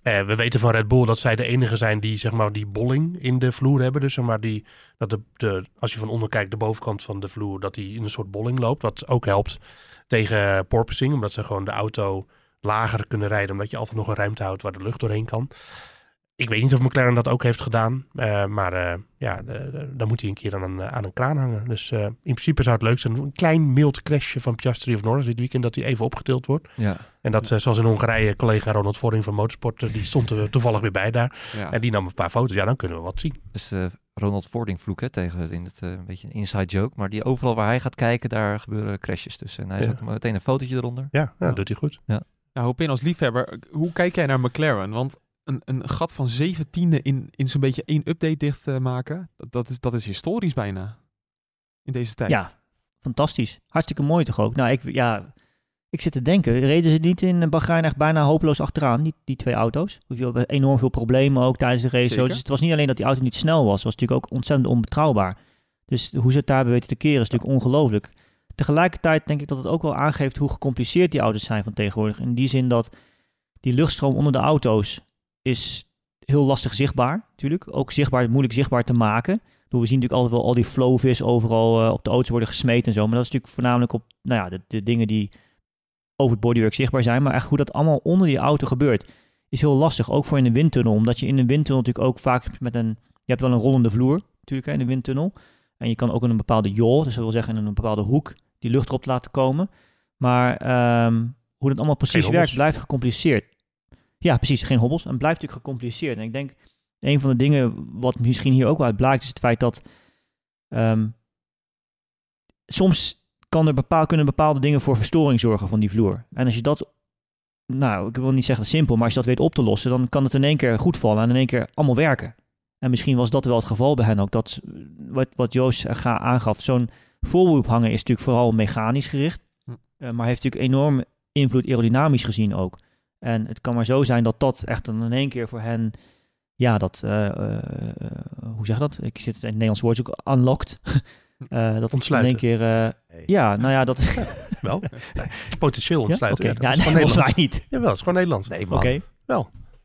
Uh, we weten van Red Bull dat zij de enige zijn die zeg maar die bolling in de vloer hebben. Dus zeg maar die, dat de, de, als je van onder kijkt, de bovenkant van de vloer, dat die in een soort bolling loopt. Wat ook helpt tegen porpoising, omdat ze gewoon de auto lager kunnen rijden, omdat je altijd nog een ruimte houdt waar de lucht doorheen kan. Ik weet niet of McLaren dat ook heeft gedaan, uh, maar uh, ja, de, de, dan moet hij een keer aan een, aan een kraan hangen. Dus uh, in principe zou het leuk zijn, een klein mild crashje van Piastri of Norris dit weekend, dat hij even opgetild wordt. Ja. En dat, uh, zoals in Hongarije, collega Ronald Voring van Motorsport, uh, die stond er toevallig weer bij daar. Ja. En die nam een paar foto's. Ja, dan kunnen we wat zien. Dus uh, Ronald Voring vloek, hè, tegen in het uh, een beetje een inside joke. Maar die overal waar hij gaat kijken, daar gebeuren crashes tussen. En hij Ja. zet meteen een fotootje eronder. Ja, ja, Ja. doet hij goed. Nou, Hopin, als liefhebber, hoe kijk jij naar McLaren? Want een, een gat van zeventiende in, in zo'n beetje één update dicht uh, maken, dat, dat, is, dat is historisch bijna. In deze tijd. Ja, fantastisch. Hartstikke mooi toch ook. Nou, ik, ja, ik zit te denken, reden ze niet in Bahrein echt bijna hopeloos achteraan, die, die twee auto's? Die hadden enorm veel problemen ook tijdens de race. Zo. Dus het was niet alleen dat die auto niet snel was, het was natuurlijk ook ontzettend onbetrouwbaar. Dus hoe ze het daar hebben weten te keren is natuurlijk ongelooflijk. Tegelijkertijd denk ik dat het ook wel aangeeft hoe gecompliceerd die auto's zijn van tegenwoordig. In die zin dat die luchtstroom onder de auto's is heel lastig zichtbaar, natuurlijk. Ook zichtbaar, moeilijk zichtbaar te maken. We zien natuurlijk altijd wel al die flowvis overal uh, op de auto's worden gesmeten en zo. Maar dat is natuurlijk voornamelijk op nou ja, de, de dingen die over het bodywork zichtbaar zijn. Maar echt hoe dat allemaal onder die auto gebeurt, is heel lastig. Ook voor in de windtunnel. Omdat je in de windtunnel natuurlijk ook vaak met een... Je hebt wel een rollende vloer, natuurlijk, hè, in de windtunnel. En je kan ook in een bepaalde yaw, dus dat wil zeggen in een bepaalde hoek, die lucht erop laten komen. Maar um, hoe dat allemaal precies werkt, blijft gecompliceerd. Ja, precies, geen hobbels. En blijft natuurlijk gecompliceerd. En ik denk, een van de dingen wat misschien hier ook wel uit blijkt, is het feit dat um, soms kan er bepaal, kunnen bepaalde dingen voor verstoring zorgen van die vloer. En als je dat, nou, ik wil niet zeggen simpel, maar als je dat weet op te lossen, dan kan het in één keer goed vallen en in één keer allemaal werken. En misschien was dat wel het geval bij hen ook. Dat, wat, wat Joost ga, aangaf, zo'n voorwielophanger is natuurlijk vooral mechanisch gericht. Hm. Uh, maar heeft natuurlijk enorm invloed aerodynamisch gezien ook. En het kan maar zo zijn dat dat echt dan in één keer voor hen, ja, dat, uh, uh, uh, hoe zeg je dat? Ik zit in het Nederlands woord ook, unlocked. uh, dat ontsluiten. In één keer, uh, nee. ja, nou ja, dat... Wel, nee. Potentieel ontsluiten. Ja? Okay. Ja, dat ja, is nee, gewoon volgens mij niet. Jawel, het is gewoon Nederlands. Nee, man. Oké. Okay. Wel.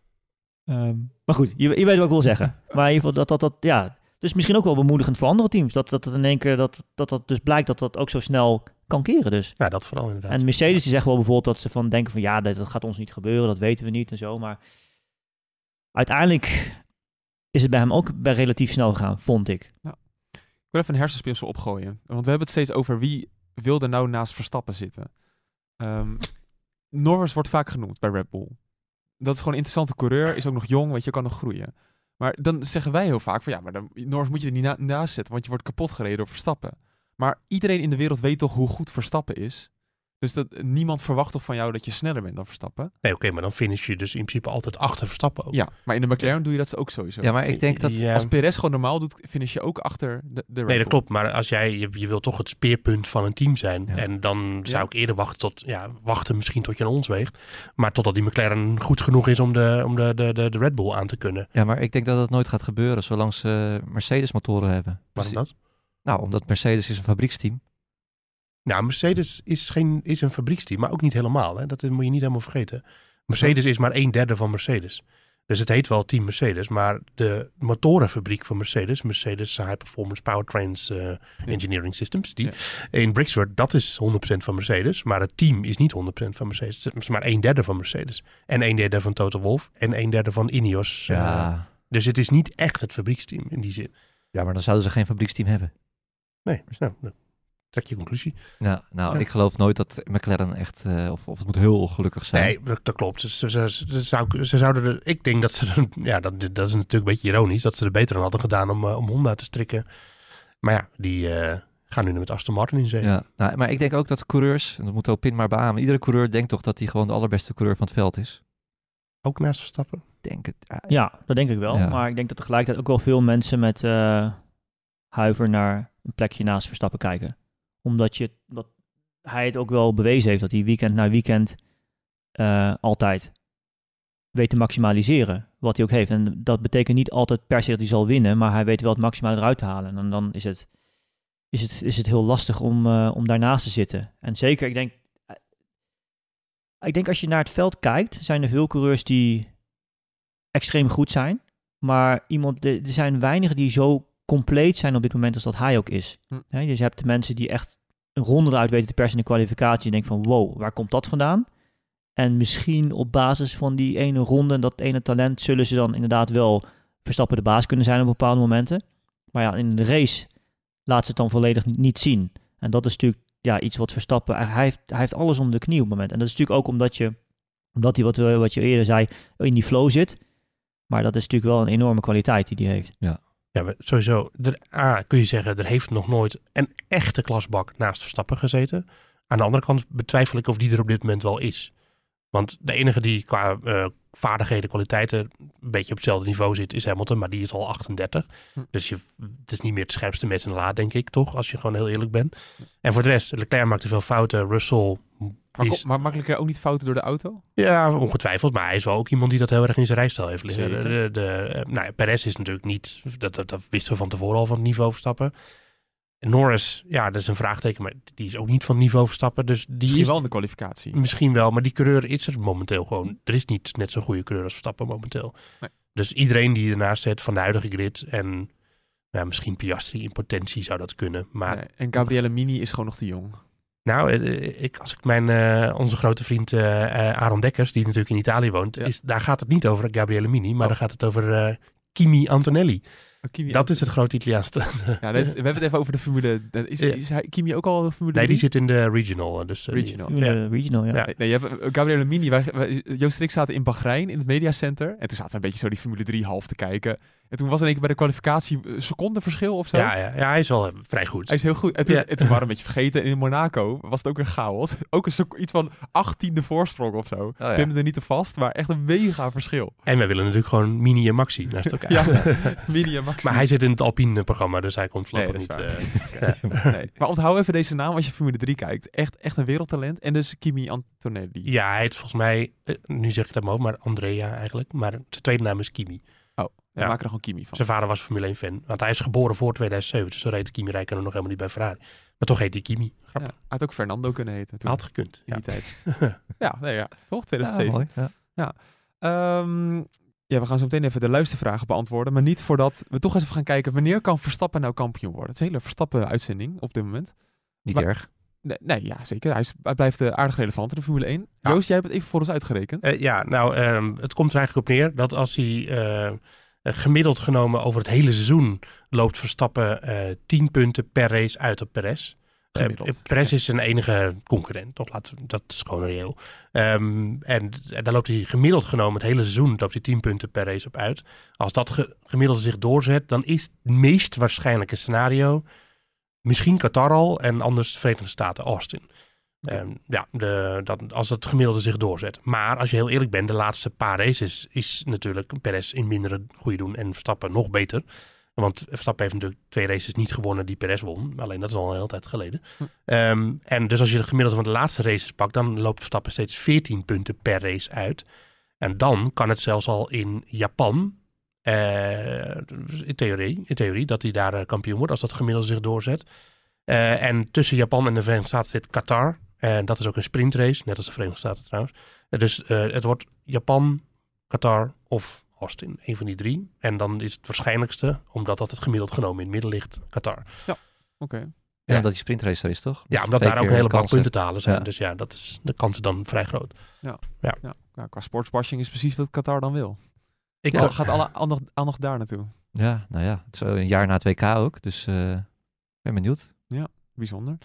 Um, maar goed, je, je weet wat ik wil zeggen. Maar in ieder geval, dat, dat, dat, ja... Dus misschien ook wel bemoedigend voor andere teams. Dat dat in één keer, dat, dat dat dus blijkt dat dat ook zo snel kan keren dus. Ja, dat vooral inderdaad. En Mercedes die zeggen wel bijvoorbeeld dat ze van denken van ja, dat, dat gaat ons niet gebeuren, dat weten we niet en zo. Maar uiteindelijk is het bij hem ook bij relatief snel gegaan, vond ik. Nou, ik wil even een hersenspinsel opgooien. Want we hebben het steeds over wie wil er nou naast Verstappen zitten. Um, Norris wordt vaak genoemd bij Red Bull. Dat is gewoon een interessante coureur, is ook nog jong, weet je, kan nog groeien. Maar dan zeggen wij heel vaak van ja, maar dan, Norris moet je er niet na- naast zetten, want je wordt kapot gereden door Verstappen. Maar iedereen in de wereld weet toch hoe goed Verstappen is? Dus dat, niemand verwacht toch van jou dat je sneller bent dan Verstappen? Nee, oké, okay, maar dan finish je dus in principe altijd achter Verstappen ook. Ja, maar in de McLaren doe je dat ook sowieso. Ja, maar ik denk dat... Ja. Als Perez gewoon normaal doet, finish je ook achter de, de Red Bull. Nee, dat klopt. Maar als jij, je, je wil toch het speerpunt van een team zijn. Ja. En dan zou Ja. ik eerder wachten tot, ja, wachten misschien tot je aan ons weegt. Maar totdat die McLaren goed genoeg is om de, om de, de, de, de Red Bull aan te kunnen. Ja, maar ik denk dat het nooit gaat gebeuren zolang ze Mercedes motoren hebben. Waarom dat? Nou, omdat Mercedes is een fabrieksteam. Nou, Mercedes is, geen, is een fabrieksteam, maar ook niet helemaal. Hè? Dat moet je niet helemaal vergeten. Mercedes is maar een derde van Mercedes. Dus het heet wel Team Mercedes, maar de motorenfabriek van Mercedes, Mercedes High Performance Powertrains uh, ja. Engineering Systems, die ja. in Brixworth, dat is honderd procent van Mercedes. Maar het team is niet honderd procent van Mercedes. Het is maar een derde van Mercedes. En een derde van Toto Wolff en een derde van Ineos. Ja. Uh, dus het is niet echt het fabrieksteam in die zin. Ja, maar dan zouden ze geen fabrieksteam hebben. Nee, nou, nou trek je conclusie. Nou, nou ja. ik geloof nooit dat McLaren echt, uh, of, of het moet heel gelukkig zijn. Nee, dat, dat klopt. Ze, ze, ze, ze, zou, ze zouden er, ik denk dat ze, er, ja, dat, dat is natuurlijk een beetje ironisch, dat ze er beter aan hadden gedaan om, uh, om Honda te strikken. Maar ja, die uh, gaan nu met Aston Martin in zee. Ja, nou, maar ik denk ook dat coureurs, en dat moet Opin maar beamen, iedere coureur denkt toch dat hij gewoon de allerbeste coureur van het veld is. Ook naast Verstappen? Denk het. Uh, ja, dat denk ik wel. Ja. Maar ik denk dat tegelijkertijd ook wel veel mensen met uh, huiver naar een plekje naast Verstappen kijken. Omdat je, dat hij het ook wel bewezen heeft dat hij weekend na weekend uh, altijd weet te maximaliseren wat hij ook heeft. En dat betekent niet altijd per se dat hij zal winnen, maar hij weet wel het maximale eruit te halen. En dan is het, is het, is het heel lastig om, uh, om daarnaast te zitten. En zeker, ik denk, ik denk als je naar het veld kijkt, zijn er veel coureurs die extreem goed zijn. Maar iemand, er zijn weinigen die zo compleet zijn op dit moment als dat hij ook is. Hm. He, dus je hebt de mensen die echt een ronde eruit weten te persen in de kwalificatie. En denken van, wow, waar komt dat vandaan? En misschien op basis van die ene ronde en dat ene talent zullen ze dan inderdaad wel Verstappen de baas kunnen zijn op bepaalde momenten. Maar ja, in de race laat ze het dan volledig niet zien. En dat is natuurlijk ja, iets wat Verstappen... Hij heeft, hij heeft alles onder de knie op het moment. En dat is natuurlijk ook omdat je, omdat hij wat, wat je eerder zei, in die flow zit. Maar dat is natuurlijk wel een enorme kwaliteit die hij heeft. Ja. Ja, maar sowieso. Er, A, kun je zeggen, er heeft nog nooit een echte klasbak naast Verstappen gezeten. Aan de andere kant betwijfel ik of die er op dit moment wel is. Want de enige die qua uh, vaardigheden, kwaliteiten een beetje op hetzelfde niveau zit, is Hamilton. Maar die is al achtendertig. Hm. Dus je, het is niet meer het scherpste mes in de la, denk ik, toch? Als je gewoon heel eerlijk bent. Hm. En voor de rest, Leclerc maakte veel fouten. Russell... Maar, is... maar makkelijk ook niet fouten door de auto? Ja, ongetwijfeld. Maar hij is wel ook iemand die dat heel erg in zijn rijstijl heeft liggen. Zeker. De, de, de, nou, Perez is natuurlijk niet... Dat, dat, dat wisten we van tevoren al van het niveau Verstappen. Norris, ja, dat is een vraagteken. Maar die is ook niet van het niveau Verstappen. Dus die misschien is, wel in de kwalificatie. Misschien wel, maar die coureur is er momenteel gewoon. Er is niet net zo'n goede coureur als Verstappen momenteel. Nee. Dus iedereen die ernaast zet van de huidige grid... en ja, misschien Piastri in potentie zou dat kunnen. Maar... Nee, en Gabriele Mini is gewoon nog te jong. Nou, ik, als ik mijn, uh, onze grote vriend uh, uh, Aaron Dekkers, die natuurlijk in Italië woont, ja. is, daar gaat het niet over Gabriele Mini, maar oh. daar gaat het over uh, Kimi Antonelli. Oh, Kimi dat Ant- is het grote Italiaans. Ja, is, we hebben het even over de Formule. Is, is, is hij, Kimi ook al de Formule Nee, die zit in de Regional. Dus, uh, regional. Die, ja. regional, ja. ja. Nee, je hebt Gabriele Mini. Wij, wij, Joost en ik zaten in Bahrein in het mediacenter. En toen zaten we een beetje zo die Formule drie half te kijken. En toen was in één keer bij de kwalificatie een secondenverschil of zo. Ja, ja, ja, hij is wel vrij goed. Hij is heel goed. En toen, ja. en toen waren we een beetje vergeten. En in Monaco was het ook weer chaos. Ook een seco- iets van achttiende voorsprong of zo. Oh, ja. Pimde er niet te vast, maar echt een mega verschil. En wij willen natuurlijk gewoon Mini en Maxi naast elkaar. Ja, Mini en Maxi. Maar hij zit in het Alpine programma, dus hij komt voorlopig nee, niet. Uh, nee. Maar onthoud even deze naam als je Formule drie kijkt. Echt, echt een wereldtalent. En dus Kimi Antonelli. Ja, hij heet volgens mij, nu zeg ik het maar, maar Andrea eigenlijk. Maar zijn tweede naam is Kimi. Oh, we ja. maken er gewoon Kimi van. Zijn vader was Formule één fan. Want hij is geboren voor tweeduizend zeven. Dus zo reed Kimi Räikkönen nog helemaal niet bij Ferrari. Maar toch heet hij Kimi. Grappig. Ja, hij had ook Fernando kunnen heten. Toen. Had gekund. In ja. die tijd. ja, nee, ja, toch? tweeduizend zeven. Ja, mooi, ja. Ja. Um, ja, we gaan zo meteen even de luistervragen beantwoorden. Maar niet voordat we toch eens even gaan kijken... wanneer kan Verstappen nou kampioen worden? Het is een hele Verstappen-uitzending op dit moment. Niet maar, erg. Nee, nee, ja, zeker. Hij, is, hij blijft uh, aardig relevant in de Formule één. Ja. Joost, jij hebt het even voor ons uitgerekend. Uh, ja, nou, um, het komt er eigenlijk op neer dat als hij... Uh, gemiddeld genomen over het hele seizoen loopt Verstappen uh, tien punten per race uit op Perez. Uh, Perez is zijn enige concurrent, toch? Laat, dat is gewoon reëel. Um, en, en daar loopt hij gemiddeld genomen het hele seizoen loopt hij tien punten per race op uit. Als dat ge, gemiddelde zich doorzet, dan is het meest waarschijnlijke scenario misschien Qatar al en anders de Verenigde Staten, Austin. Okay. Um, ja, de, dat, als het gemiddelde zich doorzet. Maar als je heel eerlijk bent, de laatste paar races is natuurlijk Perez in mindere goede doen en Verstappen nog beter. Want Verstappen heeft natuurlijk twee races niet gewonnen die Perez won. Alleen dat is al een hele tijd geleden. Hm. Um, en dus als je het gemiddelde van de laatste races pakt, dan loopt Verstappen steeds veertien punten per race uit. En dan kan het zelfs al in Japan, uh, in, theorie, in theorie, dat hij daar uh, kampioen wordt als dat gemiddelde zich doorzet. Uh, en tussen Japan en de Verenigde Staten zit Qatar. En dat is ook een sprintrace, net als de Verenigde Staten trouwens. Dus uh, het wordt Japan, Qatar of Austin, een van die drie. En dan is het waarschijnlijkste, omdat dat het gemiddeld genomen in het midden ligt, Qatar. Ja, oké. Okay. Ja, ja, omdat die sprintrace er is, toch? Ja, omdat daar ook een hele bak punten te halen zijn. Ja. Dus ja, dat is de kans dan vrij groot. Ja, ja. ja. ja qua sportswashing is precies wat Qatar dan wil. Ik ja. ja. Gaat alle aandacht, aandacht daar naartoe. Ja, nou ja, het is een jaar na het W K ook. Dus uh, ben benieuwd. Ja, bijzonder.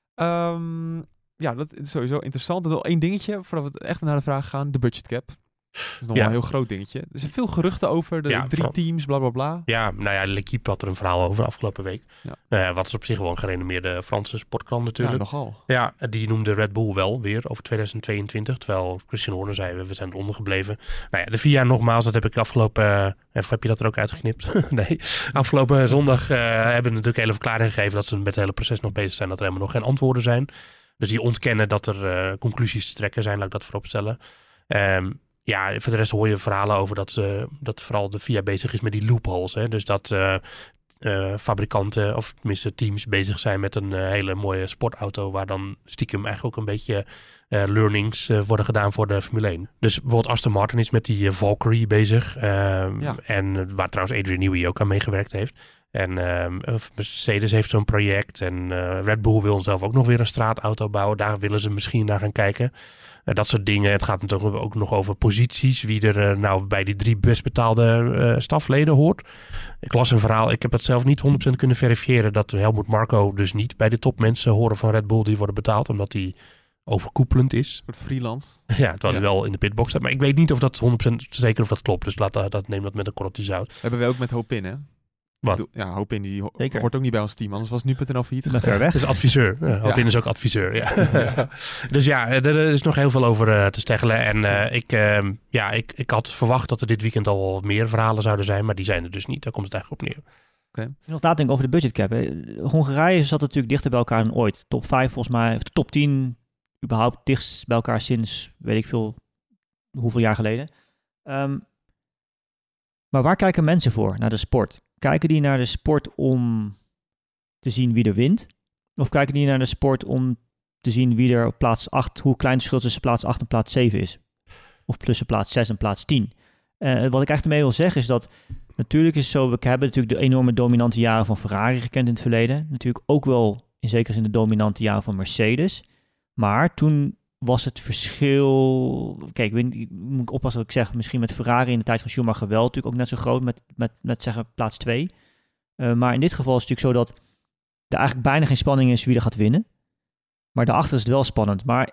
Um, Ja, dat is sowieso interessant. Nog één dingetje, voordat we echt naar de vraag gaan. De budget cap. Dat is nog ja. wel een heel groot dingetje. Er zijn veel geruchten over. De ja, drie vooral. teams, bla bla bla. Ja, nou ja, L'Équipe had er een verhaal over afgelopen week. Ja. Uh, wat is op zich wel een gerenommeerde Franse sportkrant natuurlijk. Ja, nogal. Ja, die noemde Red Bull wel weer over tweeduizend tweeëntwintig. Terwijl Christian Horner zei, we zijn eronder gebleven. Nou ja, de V I A nogmaals, dat heb ik afgelopen... Uh, of heb je dat er ook uitgeknipt? nee. Afgelopen zondag uh, hebben we natuurlijk hele verklaring gegeven dat ze met het hele proces nog bezig zijn. Dat er helemaal nog geen antwoorden zijn. Dus die ontkennen dat er uh, conclusies te trekken zijn, laat ik dat voorop stellen. Um, ja, voor de rest hoor je verhalen over dat, uh, dat vooral de V I A bezig is met die loopholes. Hè? Dus dat uh, uh, fabrikanten of tenminste teams bezig zijn met een uh, hele mooie sportauto waar dan stiekem eigenlijk ook een beetje uh, learnings uh, worden gedaan voor de Formule één. Dus bijvoorbeeld Aston Martin is met die uh, Valkyrie bezig. Uh, ja. En uh, waar trouwens Adrian Newey ook aan meegewerkt heeft. En uh, Mercedes heeft zo'n project. En uh, Red Bull wil zelf ook nog weer een straatauto bouwen. Daar willen ze misschien naar gaan kijken. Uh, dat soort dingen. Het gaat natuurlijk ook nog over posities. Wie er uh, nou bij die drie best betaalde uh, stafleden hoort. Ik las een verhaal. Ik heb dat zelf niet honderd procent kunnen verifiëren. Dat Helmut Marko dus niet bij de topmensen horen van Red Bull die worden betaald. Omdat die overkoepelend is. Voor freelance. Ja, terwijl ja. hij wel in de pitbox staat. Maar ik weet niet of dat honderd procent zeker of dat klopt. Dus laat dat, dat neem dat met een korreltje zout. Hebben we ook met Hopin, hè? Wat? Ja, Hopin die ho- hoort ook niet bij ons team. Anders was nu punt n l failliet gegaan. Ver weg. Dat is adviseur. Ja, Hopin ja. is ook adviseur. Ja. Ja. Dus ja, er is nog heel veel over uh, te steggelen. En uh, ik, uh, ja, ik, ik had verwacht dat er dit weekend al wat meer verhalen zouden zijn. Maar die zijn er dus niet. Daar komt het eigenlijk op neer. Okay. Nog nadenken over de budgetcap. Hongarije zat natuurlijk dichter bij elkaar dan ooit. Top vijf volgens mij. Of de top tien überhaupt dichtst bij elkaar sinds weet ik veel hoeveel jaar geleden. Um, maar waar kijken mensen voor? Naar de sport. Kijken die naar de sport om te zien wie er wint? Of kijken die naar de sport om te zien wie er op plaats acht, hoe klein het verschil tussen plaats acht en plaats zeven is? Of tussen plaats zes en plaats tien? Uh, wat ik eigenlijk mee wil zeggen is dat natuurlijk is het zo, we hebben natuurlijk de enorme dominante jaren van Ferrari gekend in het verleden. Natuurlijk ook wel in zekere zin de dominante jaren van Mercedes. Maar toen was het verschil... Kijk, ik weet, moet ik oppassen wat ik zeg. Misschien met Ferrari in de tijd van Schumacher wel natuurlijk ook net zo groot met, met, met zeggen plaats twee. Uh, maar in dit geval is het natuurlijk zo dat er eigenlijk bijna geen spanning is wie er gaat winnen. Maar daarachter is het wel spannend. Maar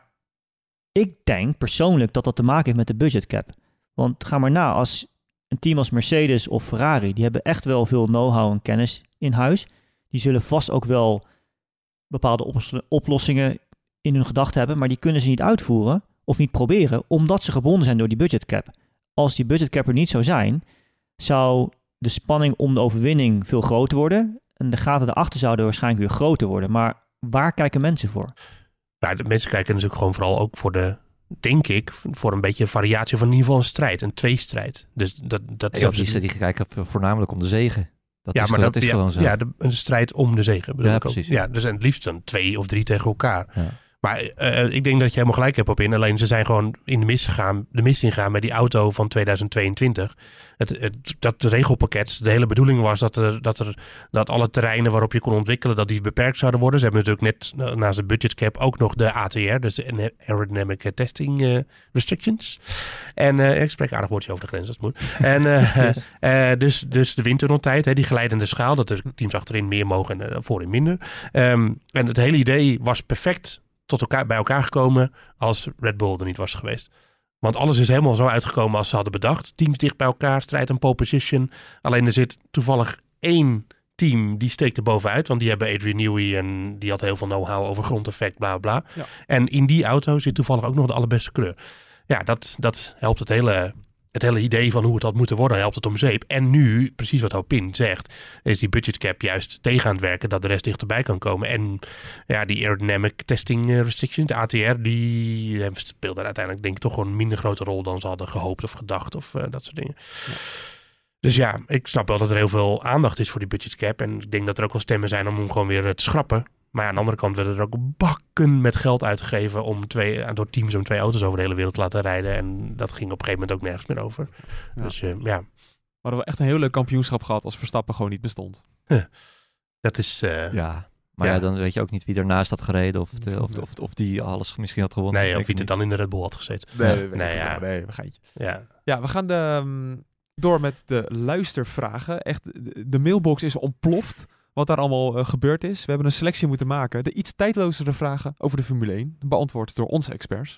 ik denk persoonlijk dat dat te maken heeft met de budgetcap. Want ga maar na, als een team als Mercedes of Ferrari, die hebben echt wel veel know-how en kennis in huis. Die zullen vast ook wel bepaalde oplos- oplossingen in hun gedachten hebben, maar die kunnen ze niet uitvoeren of niet proberen, omdat ze gebonden zijn door die budgetcap. Als die budgetcap er niet zou zijn, zou de spanning om de overwinning veel groter worden en de gaten erachter zouden waarschijnlijk weer groter worden. Maar waar kijken mensen voor? Nou, de mensen kijken natuurlijk gewoon vooral ook voor de, denk ik, voor een beetje een variatie van in ieder geval een strijd, een tweestrijd. Dus dat, dat, ja, die, die kijken voornamelijk om de zege. Dat ja, is, maar dat dat is ja, gewoon zo. Ja, de, een strijd om de zege. Ja, precies. Ja, dus en het liefst dan twee of drie tegen elkaar. Ja. Maar uh, ik denk dat je helemaal gelijk hebt op in. Alleen ze zijn gewoon in de mist gegaan, de mist ingegaan met die auto van tweeduizend tweeëntwintig. Het, het, dat regelpakket, de hele bedoeling was dat, er, dat, er, dat alle terreinen waarop je kon ontwikkelen, dat die beperkt zouden worden. Ze hebben natuurlijk net naast de budgetcap ook nog de A T R, dus de Aerodynamic Testing uh, Restrictions. En uh, ik spreek aardig woordje over de grens, dat moet. En uh, yes. uh, dus, dus de windtunneltijd, hè, die glijdende schaal, dat de teams achterin meer mogen en uh, voorin minder. Um, en het hele idee was perfect tot elkaar, bij elkaar gekomen als Red Bull er niet was geweest. Want alles is helemaal zo uitgekomen als ze hadden bedacht. Teams dicht bij elkaar, strijd en pole position. Alleen er zit toevallig één team die steekt er bovenuit. Want die hebben Adrian Newey en die had heel veel know-how over grondeffect, bla bla. Ja. En in die auto zit toevallig ook nog de allerbeste kleur. Ja, dat, dat helpt het hele... Het hele idee van hoe het had moeten worden, helpt het om zeep. En nu, precies wat Hopin zegt, is die budgetcap juist tegen aan het werken, dat de rest dichterbij kan komen. En ja, die Aerodynamic Testing Restrictions, de A T R, die speelt er uiteindelijk denk ik toch gewoon een minder grote rol dan ze hadden gehoopt of gedacht of uh, dat soort dingen. Ja. Dus ja, ik snap wel dat er heel veel aandacht is voor die budgetcap. En ik denk dat er ook wel stemmen zijn om hem gewoon weer te schrappen. Maar ja, aan de andere kant werden er ook bakken met geld uitgegeven om twee, door teams om twee auto's over de hele wereld te laten rijden. En dat ging op een gegeven moment ook nergens meer over. Ja. Dus uh, ja. We hadden wel echt een heel leuk kampioenschap gehad als Verstappen gewoon niet bestond. Huh. Dat is... Uh, ja, maar ja. ja, dan weet je ook niet wie ernaast had gereden of, de, of, of, of die alles misschien had gewonnen. Nee, of wie er dan in de Red Bull had gezeten. Nee, nee, nee, nee, ja. nee we geintje. Ja. ja, we gaan de, um, door met de luistervragen. Echt, de, de mailbox is ontploft. Wat daar allemaal uh, gebeurd is. We hebben een selectie moeten maken. De iets tijdlozere vragen over de Formule één. Beantwoord door onze experts.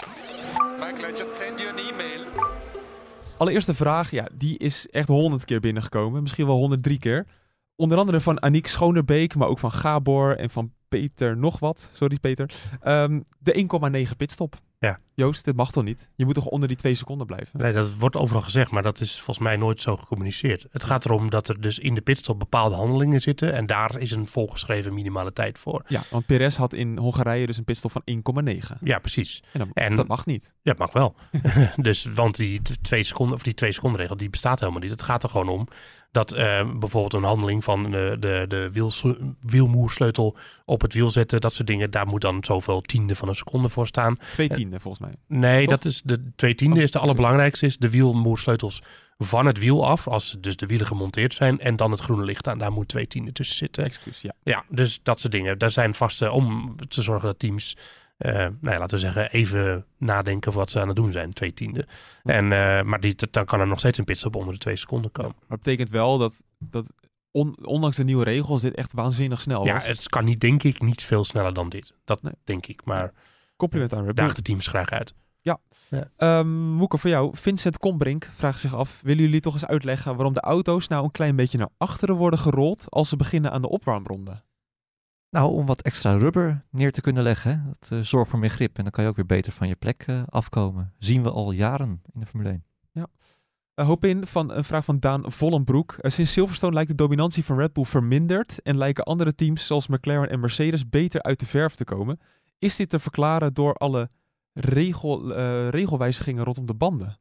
Michael, I just send you an email. Allereerste vraag. Ja, die is echt honderd keer binnengekomen. Misschien wel honderddrie keer. Onder andere van Aniek Schonerbeek. Maar ook van Gabor en van Peter nog wat. Sorry Peter. Um, de één komma negen pitstop. Ja. Joost, dit mag toch niet? Je moet toch onder die twee seconden blijven? Nee, dat wordt overal gezegd, maar dat is volgens mij nooit zo gecommuniceerd. Het gaat erom dat er dus in de pitstop bepaalde handelingen zitten en daar is een volgeschreven minimale tijd voor. Ja, want Perez had in Hongarije dus een pitstop van één komma negen. Ja, precies. En, dan, En dat mag niet. Ja, dat mag wel. dus, want die t- twee seconden, of die twee seconden regel, die bestaat helemaal niet. Het gaat er gewoon om dat uh, bijvoorbeeld een handeling van de, de, de wiels, wielmoersleutel op het wiel zetten, dat soort dingen, daar moet dan zoveel tiende van een seconde voor staan. Twee tiende volgens mij. Nee, Toch? dat is de twee tiende Oh, is de allerbelangrijkste, is de wielmoersleutels van het wiel af, als dus de wielen gemonteerd zijn, en dan het groene licht aan, daar moet twee tiende tussen zitten. Excuus, ja. Ja, dus dat soort dingen. Daar zijn vaste, om te zorgen dat teams, uh, nou ja, laten we zeggen, even nadenken over wat ze aan het doen zijn, twee tiende. En, uh, maar die, dan kan er nog steeds een pitstop onder de twee seconden komen. Ja, maar dat betekent wel dat, dat on, ondanks de nieuwe regels dit echt waanzinnig snel Ja, was. het kan niet, denk ik, niet veel sneller dan dit. Dat Nee. denk ik, maar Compliment aan Red Bull. daagt de teams graag uit. Ja. ja. Um, Moeke, voor jou. Vincent Kombrink vraagt zich af, willen jullie toch eens uitleggen waarom de auto's nou een klein beetje naar achteren worden gerold als ze beginnen aan de opwarmronde? Nou, om wat extra rubber neer te kunnen leggen. Hè? Dat uh, zorgt voor meer grip. En dan kan je ook weer beter van je plek uh, afkomen. Zien we al jaren in de Formule één. Ja. Uh, hoop in van een vraag van Daan Vollenbroek. Uh, sinds Silverstone lijkt de dominantie van Red Bull verminderd en lijken andere teams zoals McLaren en Mercedes beter uit de verf te komen. Is dit te verklaren door alle regel, uh, regelwijzigingen rondom de banden?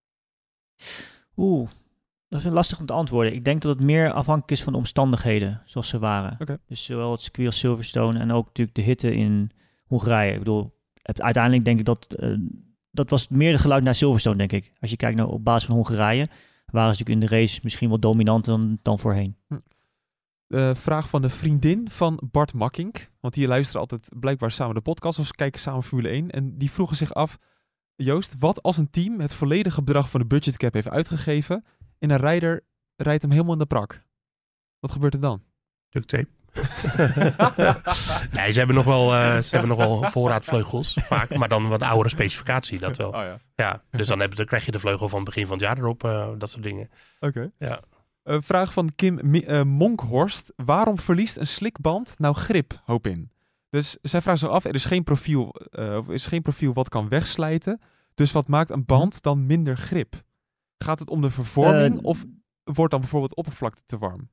Oeh, dat is lastig om te antwoorden. Ik denk dat het meer afhankelijk is van de omstandigheden zoals ze waren. Okay. Dus zowel het circuit als Silverstone en ook natuurlijk de hitte in Hongarije. Ik bedoel, uiteindelijk denk ik dat uh, dat was meer de geluid naar Silverstone, denk ik. Als je kijkt naar op basis van Hongarije, waren ze natuurlijk in de race misschien wel dominanter dan, dan voorheen. Hm. Uh, vraag van de vriendin van Bart Makkink. Want die luisteren altijd blijkbaar samen de podcast of ze kijken samen Formule één. En die vroegen zich af, Joost, wat als een team het volledige bedrag van de budgetcap heeft uitgegeven en een rijder rijdt hem helemaal in de prak? Wat gebeurt er dan? Duct tape. nee, ze hebben nog wel, uh, ze hebben nog wel voorraadvleugels, vaak, maar dan wat oudere specificatie, dat wel. Oh, ja. Ja, dus dan, heb, dan krijg je de vleugel van het begin van het jaar erop, uh, dat soort dingen. Oké. Okay. Ja. Uh, vraag van Kim uh, Monkhorst. Waarom verliest een slikband nou grip, hoop in? Dus zij vraagt zich af, er is geen profiel, uh, er is geen profiel wat kan wegslijten. Dus wat maakt een band dan minder grip? Gaat het om de vervorming uh, of wordt dan bijvoorbeeld de oppervlakte te warm?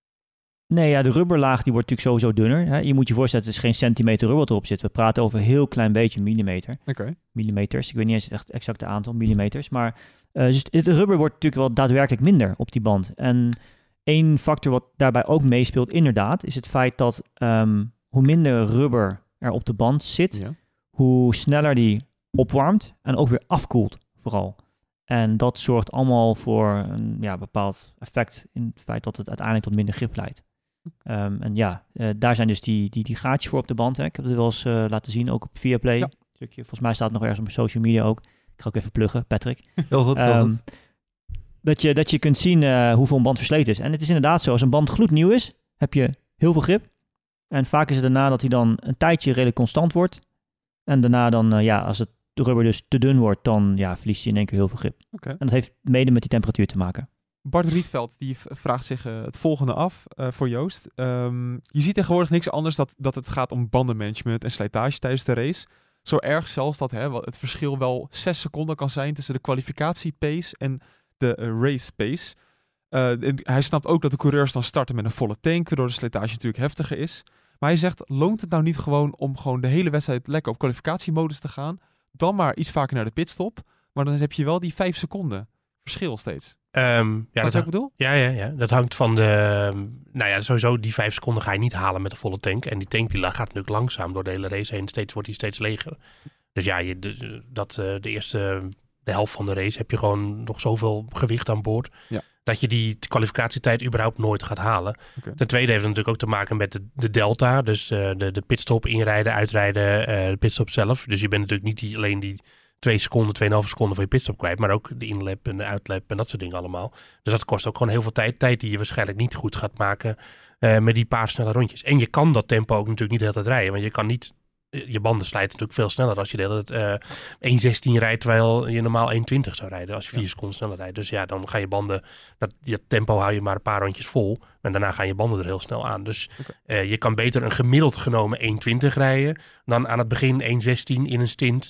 Nee, ja, de rubberlaag die wordt natuurlijk sowieso dunner. Hè? Je moet je voorstellen, het is geen centimeter rubber erop zit. We praten over een heel klein beetje millimeter. Oké. Okay. Millimeters, ik weet niet eens het echt exacte aantal millimeters. Maar uh, dus het rubber wordt natuurlijk wel daadwerkelijk minder op die band. En één factor wat daarbij ook meespeelt inderdaad, is het feit dat um, hoe minder rubber er op de band zit, ja. hoe sneller die opwarmt en ook weer afkoelt vooral. En dat zorgt allemaal voor een ja, bepaald effect in het feit dat het uiteindelijk tot minder grip leidt. Um, en ja, uh, daar zijn dus die, die, die gaatjes voor op de band. Hè. Ik heb het wel eens uh, laten zien, ook op Viaplay. Ja. Stukje, volgens mij staat het nog ergens op social media ook. Ik ga ook even pluggen, Patrick. Heel goed, heel um, goed. Dat je, dat je kunt zien uh, hoeveel een band versleten is. En het is inderdaad zo, als een band gloednieuw is, heb je heel veel grip. En vaak is het daarna dat hij dan een tijdje redelijk constant wordt. En daarna dan, uh, ja, als het de rubber dus te dun wordt, dan ja, verliest hij in één keer heel veel grip. Okay. En dat heeft mede met die temperatuur te maken. Bart Rietveld die vraagt zich uh, het volgende af uh, voor Joost. Um, je ziet tegenwoordig niks anders dat, dat het gaat om bandenmanagement en slijtage tijdens de race. Zo erg zelfs dat hè, het verschil wel zes seconden kan zijn tussen de kwalificatie-pace en de uh, race-pace. Uh, hij snapt ook dat de coureurs dan starten met een volle tank, waardoor de slijtage natuurlijk heftiger is. Maar hij zegt, loont het nou niet gewoon om gewoon de hele wedstrijd lekker op kwalificatiemodus te gaan? Dan maar iets vaker naar de pitstop. Maar dan heb je wel die vijf seconden verschil steeds. Um, ja, Wat dat ik bedoel? Ja, ja, ja, dat hangt van de... Nou ja, sowieso die vijf seconden ga je niet halen met een volle tank. En die tank die gaat natuurlijk langzaam door de hele race heen. Steeds wordt die steeds leger. Dus ja, je, de, dat, de eerste de helft van de race heb je gewoon nog zoveel gewicht aan boord. Ja. Dat je die kwalificatietijd überhaupt nooit gaat halen. Okay. Ten tweede heeft het natuurlijk ook te maken met de, de delta. Dus uh, de, de pitstop inrijden, uitrijden, uh, de pitstop zelf. Dus je bent natuurlijk niet die, alleen die twee seconden, tweeënhalve seconden voor je pitstop kwijt. Maar ook de inlap en de uitlap en dat soort dingen allemaal. Dus dat kost ook gewoon heel veel tijd. Tijd die je waarschijnlijk niet goed gaat maken uh, met die paar snelle rondjes. En je kan dat tempo ook natuurlijk niet de hele tijd rijden. Want je kan niet... Je banden slijten natuurlijk veel sneller als je de hele tijd uh, één zestien rijdt, terwijl je normaal één twintig zou rijden als je vier ja. seconden sneller rijdt. Dus ja, dan gaan je banden, dat, dat tempo hou je maar een paar rondjes vol en daarna gaan je banden er heel snel aan. Dus okay. uh, je kan beter een gemiddeld genomen één twintig rijden dan aan het begin één zestien in een stint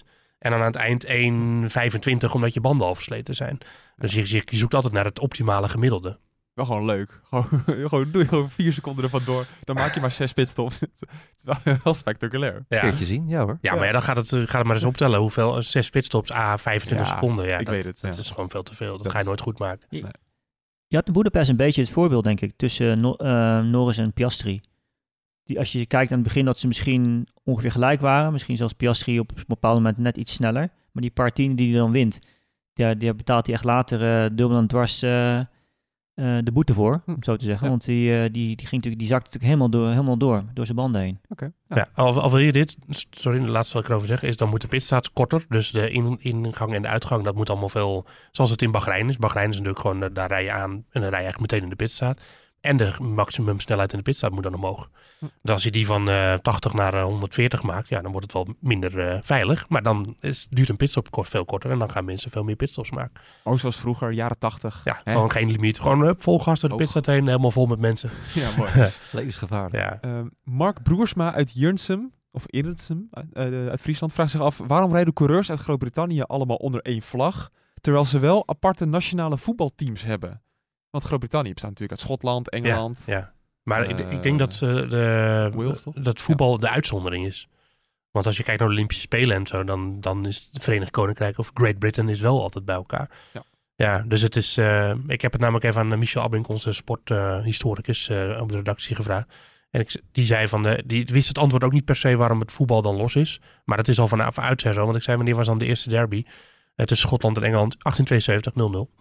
En dan aan het eind één vijfentwintig omdat je banden al versleten zijn. Dus je, je, je zoekt altijd naar het optimale gemiddelde. Wel gewoon leuk. Gewoon, gewoon doe je gewoon vier seconden ervan door. Dan maak je maar zes pitstops. Het is wel, wel spectaculair. Ja. Keertje zien, ja hoor. Ja, maar ja, dan gaat het, gaat het maar eens optellen. Hoeveel, zes pitstops, a vijfentwintig Ja, seconden. Ja, ik dat, weet het, dat ja. is gewoon veel te veel. Dat, Dat ga je is- nooit goed maken. Je, Nee. je had in Boedapest een beetje het voorbeeld, denk ik, tussen No- eh, Norris en Piastri. Die, als je kijkt aan het begin dat ze misschien ongeveer gelijk waren. Misschien zelfs Piastri op een bepaald moment net iets sneller. Maar die paar tienden die hij dan wint, die, die betaalt hij echt later uh, dubbel en dwars uh, uh, de boete voor, om het zo te zeggen. Ja. Want die, uh, die, die, ging natuurlijk, die zakte natuurlijk helemaal door, helemaal door, door zijn banden heen. Oké. Ja. Ja. al, al wil je dit, sorry, de laatste wat ik erover zeg, is dan moet de pitstraat korter. Dus de in, ingang en de uitgang, dat moet allemaal veel, zoals het in Bahrein is. Bahrein is natuurlijk gewoon, uh, daar rij je aan en dan rij je eigenlijk meteen in de pitstraat. En de maximum snelheid in de pitstraat moet dan omhoog. Hm. Dus als je die van uh, tachtig naar uh, honderdveertig maakt, ja, dan wordt het wel minder uh, veilig. Maar dan is, duurt een pitstop kort, veel korter en dan gaan mensen veel meer pitstops maken. Oh, zoals vroeger, jaren tachtig. Ja, Hè? gewoon geen limiet. Gewoon hup, vol gas door de Hoog. pitstraat heen, helemaal vol met mensen. Ja, mooi. Levensgevaarlijk. Ja. Ehm, Mark Broersma uit Jurnsum, of Irnsum, uh, uh, uit Friesland, vraagt zich af... waarom rijden coureurs uit Groot-Brittannië allemaal onder één vlag... terwijl ze wel aparte nationale voetbalteams hebben? Want Groot-Brittannië bestaat natuurlijk uit Schotland, Engeland... Ja. Maar ik, Uh, ik denk dat, uh, de, Wales, toch? dat voetbal de uitzondering is. Want als je kijkt naar de Olympische Spelen en zo, dan, dan is het Verenigd Koninkrijk of Great Britain is wel altijd bij elkaar. Ja. Ja, dus het is... Uh, ik heb het namelijk even aan Michel Abink, onze sporthistoricus, uh, uh, op de redactie gevraagd. En ik, die zei van, de, die wist het antwoord ook niet per se waarom het voetbal dan los is. Maar dat is al vanaf uit zo. Want ik zei, wanneer was dan de eerste derby? Uh, tussen Schotland en Engeland, achttien tweeënzeventig nul nul.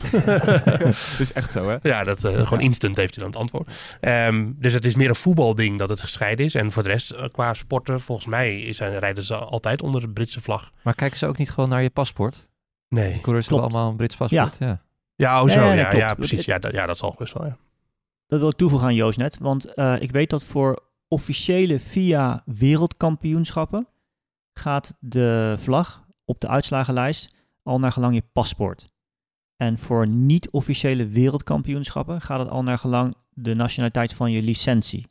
Dat is echt zo, hè? Ja, dat, uh, gewoon instant heeft hij dan het antwoord. Um, dus het is meer een voetbalding dat het gescheiden is. En voor de rest, uh, qua sporten, volgens mij is, uh, rijden ze altijd onder de Britse vlag. Maar kijken ze ook niet gewoon naar je paspoort? Nee. De coureurs hebben allemaal een Brits paspoort. Ja, ja. Ja, oh, zo, Ja, ja, ja, klopt. ja, precies. Ja, dat, ja, dat zal gerust wel, ja. Dat wil ik toevoegen aan Joost net, want uh, ik weet dat voor officiële F I A wereldkampioenschappen gaat de vlag op de uitslagenlijst al naar gelang je paspoort. En voor niet-officiële wereldkampioenschappen gaat het al naar gelang de nationaliteit van je licentie.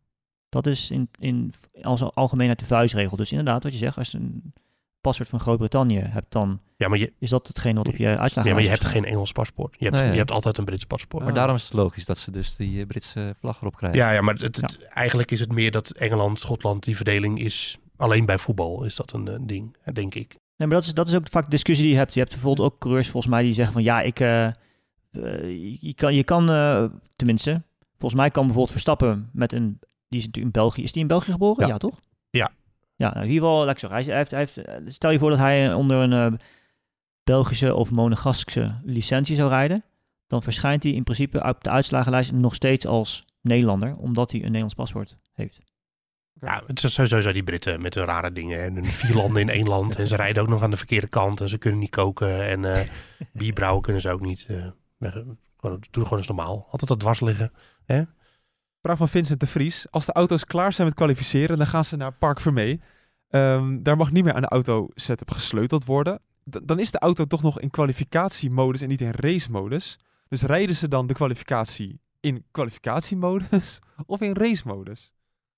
Dat is in, in, als algemeenheid de vuistregel. Dus inderdaad, wat je zegt, als je een paspoort van Groot-Brittannië hebt, dan ja, maar je, is dat hetgeen wat op je uitslagenlijst ja, maar je hebt staat. geen Engels paspoort. Je hebt, Nee, ja. je hebt altijd een Brits paspoort. Maar daarom is het logisch dat ze dus die uh, Britse vlag erop krijgen. Ja, ja maar het, het, eigenlijk is het meer dat Engeland, Schotland, die verdeling is alleen bij voetbal. Is dat een, een ding, denk ik. Nee, maar dat is, dat is ook vaak de discussie die je hebt. Je hebt bijvoorbeeld ook coureurs volgens mij die zeggen van ja, ik, uh, uh, je kan, je kan uh, tenminste, volgens mij kan bijvoorbeeld Verstappen met een, die is natuurlijk in België, is die in België geboren? Ja, ja toch? Ja. Ja, nou, in ieder geval, lekker zo. Hij, hij heeft, hij heeft, stel je voor dat hij onder een uh, Belgische of Monegaskische licentie zou rijden, dan verschijnt hij in principe op de uitslagenlijst nog steeds als Nederlander, omdat hij een Nederlands paspoort heeft. Ja, het is sowieso die Britten met hun rare dingen. En hun vier landen in één land. En ze rijden ook nog aan de verkeerde kant. En ze kunnen niet koken. En uh, bier brouwen kunnen ze ook niet. Uh, gewoon, doe gewoon eens normaal. Altijd dat dwars liggen. Hè? Vraag van Vincent de Vries. Als de auto's klaar zijn met kwalificeren, dan gaan ze naar Park Vermee. Um, daar mag niet meer aan de auto-setup gesleuteld worden. D- dan is de auto toch nog in kwalificatiemodus en niet in racemodus. Dus rijden ze dan de kwalificatie in kwalificatiemodus of in racemodus?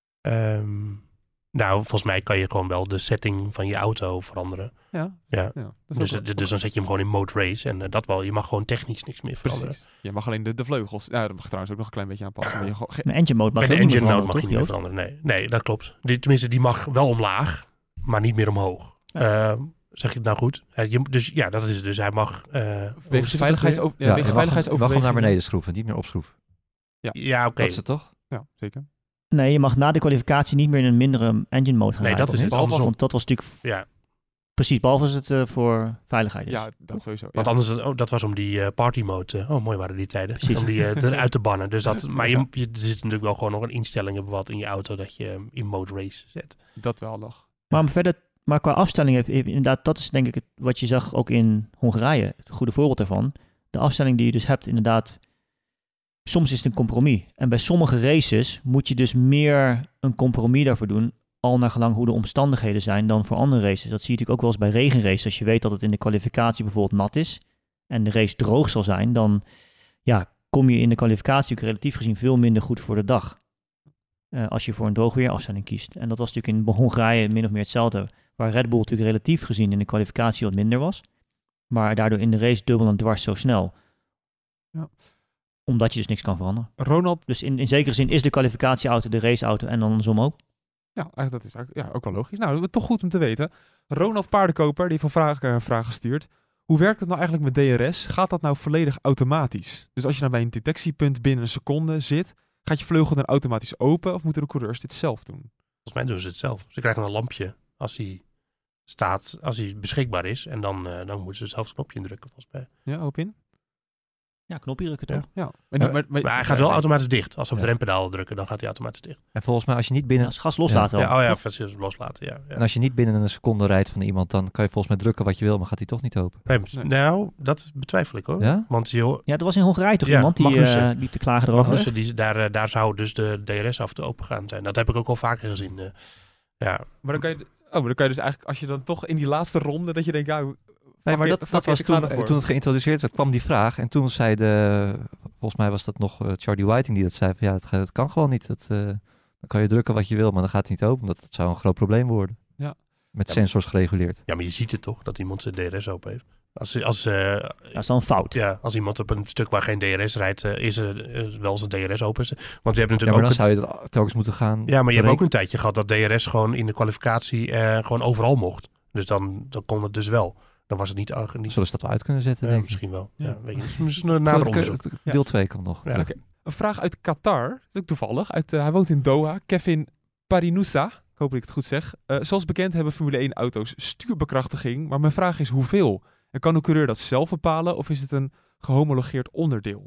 Um, nou, volgens mij kan je gewoon wel de setting van je auto veranderen. Ja. ja. ja dus, wel, dus dan zet je hem gewoon in mode race. En uh, dat wel. Je mag gewoon technisch niks meer veranderen. Precies. Je mag alleen de, de vleugels. Ja, dat mag trouwens ook nog een klein beetje aanpassen. Maar je gewoon ge- engine mode mag, de engine mode mode mag je niet meer veranderen. Nee, nee, dat klopt. Die, tenminste, die mag wel omlaag, maar niet meer omhoog. Ja. Uh, zeg je het nou goed? Uh, je, dus ja, dat is het. Dus hij mag... Uh, wegens veiligheidsover- ja, ja, wegens veiligheidsoverwegingen. mag gewoon naar beneden schroeven, niet meer opschroeven. Ja, ja oké. Okay. Dat is het toch? Ja, zeker. Nee, je mag na de kwalificatie niet meer in een mindere engine mode gaan nee, rijden. Dat is het. Behalve, want dat was natuurlijk... Ja. Precies, behalve als het uh, voor veiligheid is. Ja, dat sowieso. Want ja. anders, oh, dat was om die uh, party mode. Uh, oh, mooi waren die tijden. Precies. Om die uh, eruit te bannen. Dus dat, maar je, je, er zit natuurlijk wel gewoon nog een instelling op wat in je auto dat je um, in mode race zet. Dat wel nog. Maar verder, maar qua afstelling heb je inderdaad, dat is denk ik het, wat je zag ook in Hongarije. Het goede voorbeeld daarvan. De afstelling die je dus hebt, inderdaad, soms is het een compromis. En bij sommige races moet je dus meer een compromis daarvoor doen, al naar gelang hoe de omstandigheden zijn dan voor andere races. Dat zie je natuurlijk ook wel eens bij regenraces. Als je weet dat het in de kwalificatie bijvoorbeeld nat is en de race droog zal zijn, dan ja, kom je in de kwalificatie ook relatief gezien veel minder goed voor de dag. uh, als je voor een droogweerafstelling kiest. En dat was natuurlijk in Hongarije min of meer hetzelfde. Waar Red Bull natuurlijk relatief gezien in de kwalificatie wat minder was. Maar daardoor in de race dubbel en dwars zo snel. Ja. Omdat je dus niks kan veranderen. Ronald... Dus in, in zekere zin is de kwalificatieauto de raceauto en dan andersom ook. Ja, eigenlijk dat is eigenlijk, ja, ook wel logisch. Nou, dat is toch goed om te weten. Ronald Paardenkoper, die heeft een vraag, uh, vraag gestuurd. Hoe werkt het nou eigenlijk met D R S? Gaat dat nou volledig automatisch? Dus als je nou bij een detectiepunt binnen een seconde zit, gaat je vleugel dan automatisch open of moeten de coureurs dit zelf doen? Volgens mij doen ze het zelf. Ze krijgen een lampje als hij staat, als hij beschikbaar is. En dan, uh, dan moeten ze zelf het knopje indrukken, volgens mij. Ja, open in? Ja, knopje drukken toch? Ja. Ja. Maar, Maar, maar, maar, maar hij gaat wel automatisch dicht. Als ze op Ja. het rempedaal drukken, dan gaat hij automatisch dicht. En volgens mij als je niet binnen... Als gas loslaten Ja, al. oh ja, versjes loslaten, ja. ja. En als je niet binnen een seconde rijdt van iemand, dan kan je volgens mij drukken wat je wil, maar gaat hij toch niet open. Nee, Nee. Nou, dat betwijfel ik hoor. Ja? Want joh, Ja, er was in Hongarije toch Ja, iemand die Magnussen. uh, liep te klagen erover. Magnussen, die, daar, uh, daar zou dus de D R S af te open gaan zijn. Dat heb ik ook al vaker gezien. Uh, ja. maar dan kan je... Oh, maar dan kan je dus eigenlijk, als je dan toch in die laatste ronde, dat je denkt, ja... Nee, maar fuck dat, it, dat fuck was it, ik ga toen, ervoor. toen het geïntroduceerd werd, kwam die vraag. En toen zei de, volgens mij was dat nog uh, Charlie Whiting die dat zei van ja, het, het kan gewoon niet. Dat, uh, dan kan je drukken wat je wil, maar dan gaat het niet open. Dat, dat zou een groot probleem worden. Ja. Met Ja, sensors gereguleerd. ja, maar je ziet het toch, dat iemand zijn D R S open heeft. Als, als, uh, Dat is dan een fout. ja, als iemand op een stuk waar geen D R S rijdt, uh, is er uh, wel zijn D R S open. Want we hebben Ja, natuurlijk maar dan ook... zou je dat telkens moeten gaan Ja, maar je hebt berekenen. ook een tijdje gehad dat D R S gewoon in de kwalificatie uh, gewoon overal mocht. Dus dan, dan kon het dus wel. Dan was het niet... Uh, niet Zullen ze dat wel uit kunnen zetten, ja, denk ik. misschien wel. Ja. Ja. weet je niet. Misschien een nader Geloof ik, onderzoek. uh, Deel twee kan nog. Ja. terug. Oké. Een vraag uit Qatar, dat is ook toevallig. Uit, uh, hij woont in Doha. Kevin Parinoussa, ik hoop dat ik het goed zeg. Uh, zoals bekend hebben Formule één auto's stuurbekrachtiging. Maar mijn vraag is hoeveel? En kan de coureur dat zelf bepalen of is het een gehomologeerd onderdeel?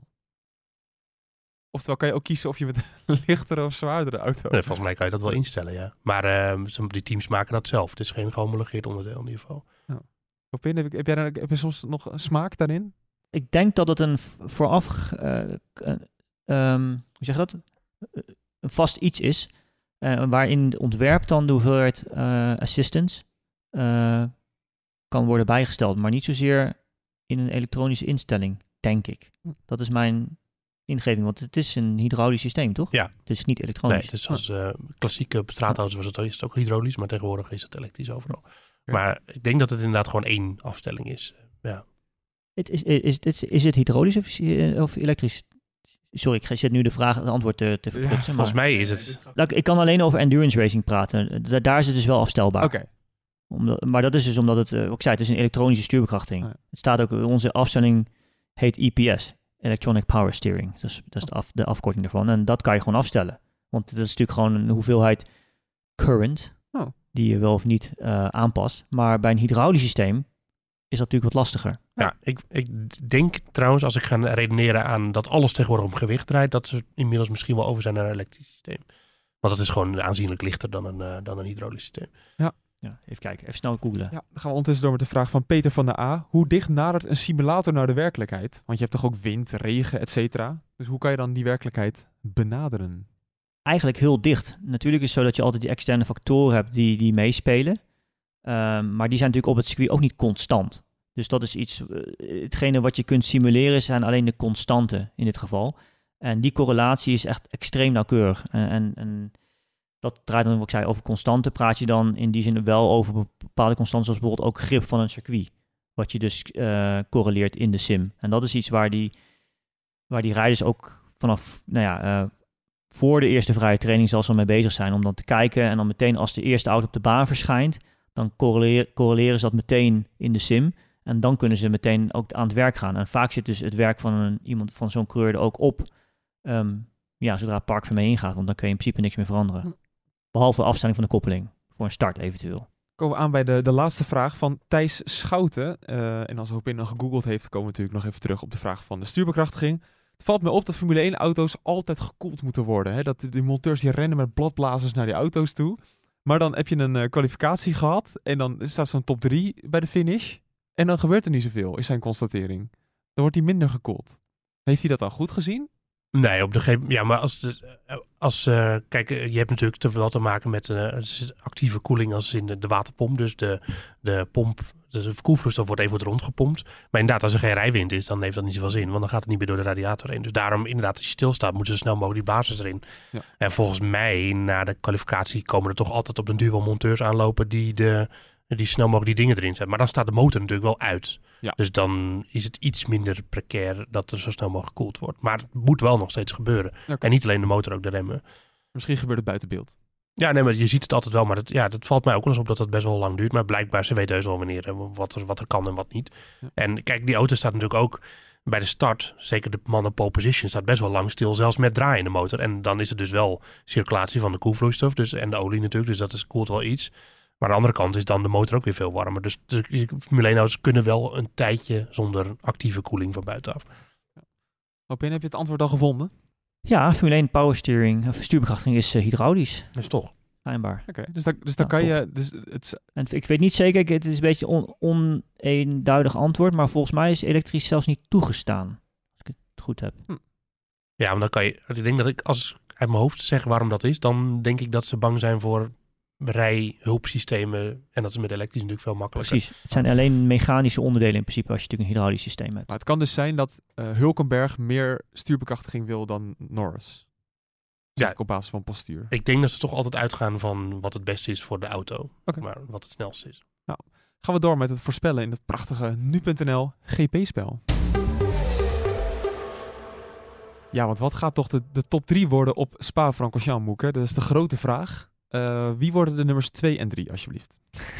Oftewel, kan je ook kiezen of je met een lichtere of zwaardere auto... Nee, volgens mij kan je dat wel instellen, ja. Maar uh, die teams maken dat zelf. Het is geen gehomologeerd onderdeel in ieder geval. Op in, heb, ik, heb, jij, daar- heb je soms nog een smaak daarin? Ik denk dat het een v- vooraf, uh, uh, um, hoe zeg je dat? Uh, een vast iets is, uh, waarin het ontwerp dan de hoeveelheid uh, assistance uh, kan worden bijgesteld, maar niet zozeer in een elektronische instelling, denk ik. Hm. Dat is mijn ingeving, want het is een hydraulisch systeem, toch? Ja. Het is niet Nee, elektronisch. het is als uh, klassieke straatauto's was het, is het ook hydraulisch, maar tegenwoordig is het elektrisch overal. Ja. Maar ik denk dat het inderdaad gewoon één afstelling is. Ja. Het is, is, is, is het hydraulisch of, of elektrisch? Sorry, ik zit nu de vraag, het antwoord te, te verprutsen. maar Volgens mij is het... Nou, ik kan alleen over endurance racing praten. Da- daar is het dus wel afstelbaar. Oké. Omdat, maar dat is dus omdat het, uh, wat ik zei, het is een elektronische stuurbekrachtiging. Ah, ja. Het staat ook, onze afstelling heet E P S, Electronic Power Steering. Dus, dat is de, af, de afkorting daarvan. En dat kan je gewoon afstellen. Want dat is natuurlijk gewoon een hoeveelheid current, Oh. die je wel of niet uh, aanpast. Maar bij een hydraulisch systeem is dat natuurlijk wat lastiger. Ja, ik, ik denk trouwens, als ik ga redeneren aan dat alles tegenwoordig om gewicht draait, dat ze inmiddels misschien wel over zijn naar een elektrisch systeem. Want dat is gewoon aanzienlijk lichter dan een, uh, dan een hydraulisch systeem. Ja, even kijken, even snel googlen. Ja, dan gaan we ondertussen door met de vraag van Peter van der A. Hoe dicht nadert een simulator naar de werkelijkheid? Want je hebt toch ook wind, regen, et cetera. Dus hoe kan je dan die werkelijkheid benaderen? Eigenlijk heel dicht. Natuurlijk is het zo dat je altijd die externe factoren hebt die, die meespelen. Um, maar die zijn natuurlijk op het circuit ook niet constant. Dus dat is iets, uh, hetgene wat je kunt simuleren zijn alleen de constanten in dit geval. En die correlatie is echt extreem nauwkeurig. En, en, en dat draait dan, wat ik zei, over constanten. Praat je dan in die zin wel over bepaalde constanten, zoals bijvoorbeeld ook grip van een circuit. Wat je dus uh, correleert in de sim. En dat is iets waar die, waar die rijders ook vanaf, nou ja, uh, voor de eerste vrije training zelfs al mee bezig zijn. Om dan te kijken en dan meteen als de eerste auto op de baan verschijnt, dan correleren, correleren ze dat meteen in de sim. En dan kunnen ze meteen ook aan het werk gaan. En vaak zit dus het werk van een, iemand van zo'n coureur er ook op. Um, ja, zodra het park van mee ingaat. Want dan kun je in principe niks meer veranderen. Behalve de afstelling van de koppeling. Voor een start eventueel. Komen we aan bij de, de laatste vraag van Thijs Schouten. Uh, en als Hopin dan gegoogeld heeft, komen we natuurlijk nog even terug op de vraag van de stuurbekrachtiging. Het valt me op dat Formule één auto's altijd gekoeld moeten worden. Hè? Dat de monteurs die rennen met bladblazers naar die auto's toe. Maar dan heb je een uh, kwalificatie gehad. En dan staat zo'n top drie bij de finish. En dan gebeurt er niet zoveel, is zijn constatering. Dan wordt hij minder gekoeld. Heeft hij dat dan goed gezien? Nee, op de ge- ja, maar als, de, als uh, kijk, je hebt natuurlijk te, wel te maken met uh, actieve koeling als in de, de waterpomp. Dus de, de pomp, de koelvloeistof wordt even wat rondgepompt. Maar inderdaad, als er geen rijwind is, dan heeft dat niet zoveel zin. Want dan gaat het niet meer door de radiator heen. Dus daarom inderdaad, als je stilstaat, moeten ze snel mogelijk die blazers erin. Ja. En volgens mij, na de kwalificatie, komen er toch altijd op den duur wel monteurs aanlopen die, de, die snel mogelijk die dingen erin zetten. Maar dan staat de motor natuurlijk wel uit. Ja. Dus dan is het iets minder precair dat er zo snel mogelijk gekoeld wordt. Maar het moet wel nog steeds gebeuren. Okay. En niet alleen de motor, ook de remmen. Misschien gebeurt het buiten beeld. Ja, nee, maar je ziet het altijd wel. Maar dat, ja, dat valt mij ook wel eens op dat dat best wel lang duurt. Maar blijkbaar, ze weten heus wel wanneer, hè, wat, er, wat er kan en wat niet. Ja. En kijk, die auto staat natuurlijk ook bij de start. Zeker de man op pole position staat best wel lang stil. Zelfs met draai in de motor. En dan is er dus wel circulatie van de koelvloeistof. Dus, en de olie natuurlijk. Dus dat is, koelt wel iets. Maar aan de andere kant is dan de motor ook weer veel warmer. Dus de Formule één auto's kunnen wel een tijdje zonder actieve koeling van buitenaf. Hopin, heb je het antwoord al gevonden? Ja, Formule één powersteering, of stuurbekrachtiging is uh, hydraulisch. Dat is toch. Schijnbaar. Oké, okay, dus, da, dus dan ja, kan top. je... Dus het... En ik weet niet zeker, het is een beetje on, oneenduidig antwoord, maar volgens mij is elektrisch zelfs niet toegestaan. Als ik het goed heb. Hm. Ja, maar dan kan je... Ik denk dat ik, als ik uit mijn hoofd zeg waarom dat is, dan denk ik dat ze bang zijn voor rijhulpsystemen. En dat is met elektrisch natuurlijk veel makkelijker. Precies. Het zijn alleen mechanische onderdelen in principe als je natuurlijk een hydraulisch systeem hebt. Maar het kan dus zijn dat uh, Hulkenberg meer stuurbekrachtiging wil dan Norris. Ja, op basis van postuur. Ik denk dat ze toch altijd uitgaan van wat het beste is voor de auto. Okay. Maar wat het snelste is. Nou, gaan we door met het voorspellen in het prachtige nu punt n l G P-spel. Ja, want wat gaat toch de, de top drie worden op Spa-Francorchamps, Moeke? Dat is de grote vraag. Uh, wie worden de nummers twee en drie, alsjeblieft?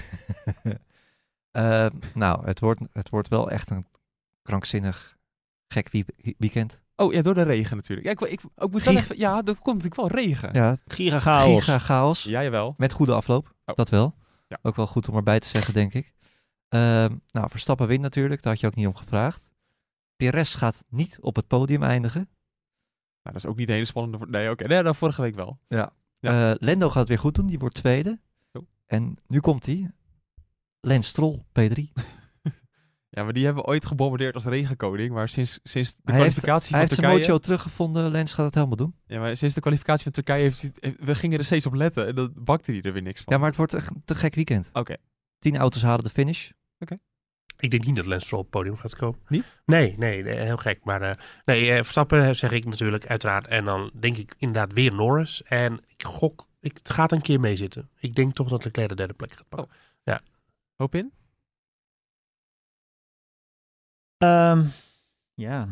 uh, nou, het wordt, het wordt wel echt een krankzinnig gek wie- weekend. Oh ja, door de regen natuurlijk. Ja, ik, ik, ik moet wel even, ja, er komt natuurlijk wel regen. Ja, Giga chaos. Giga chaos. Ja, jawel. Met goede afloop, oh. dat wel. Ja. Ook wel goed om erbij te zeggen, denk ik. Uh, nou, Verstappen wint natuurlijk, daar had je ook niet om gevraagd. Perez gaat niet op het podium eindigen. Nou, dat is ook niet de hele spannende... Nee, oké. Okay. Nee, dan vorige week wel. Ja. ja. Uh, Lando gaat het weer goed doen, die wordt tweede. Oh. En nu komt hij. Lance Stroll, P drie. Ja, maar die hebben we ooit gebombardeerd als regenkoning. Maar sinds, sinds de hij kwalificatie heeft, van hij heeft Turkije... zijn mojo teruggevonden. Lance gaat het helemaal doen. Ja, maar sinds de kwalificatie van Turkije heeft hij... We gingen er steeds op letten. En dan bakte hij er weer niks van. Ja, maar het wordt een te gek weekend. Oké. Okay. Tien auto's halen de finish. Oké. Okay. Ik denk niet dat Lance Stroll op het podium gaat komen. Niet? Nee, nee, nee heel gek. Maar uh, nee, uh, Verstappen zeg ik natuurlijk uiteraard. En dan denk ik inderdaad weer Norris. En ik gok, ik, het gaat een keer meezitten. Ik denk toch dat Leclerc de derde plek gaat pakken. Oh. Ja. Hoop in? Um, ja,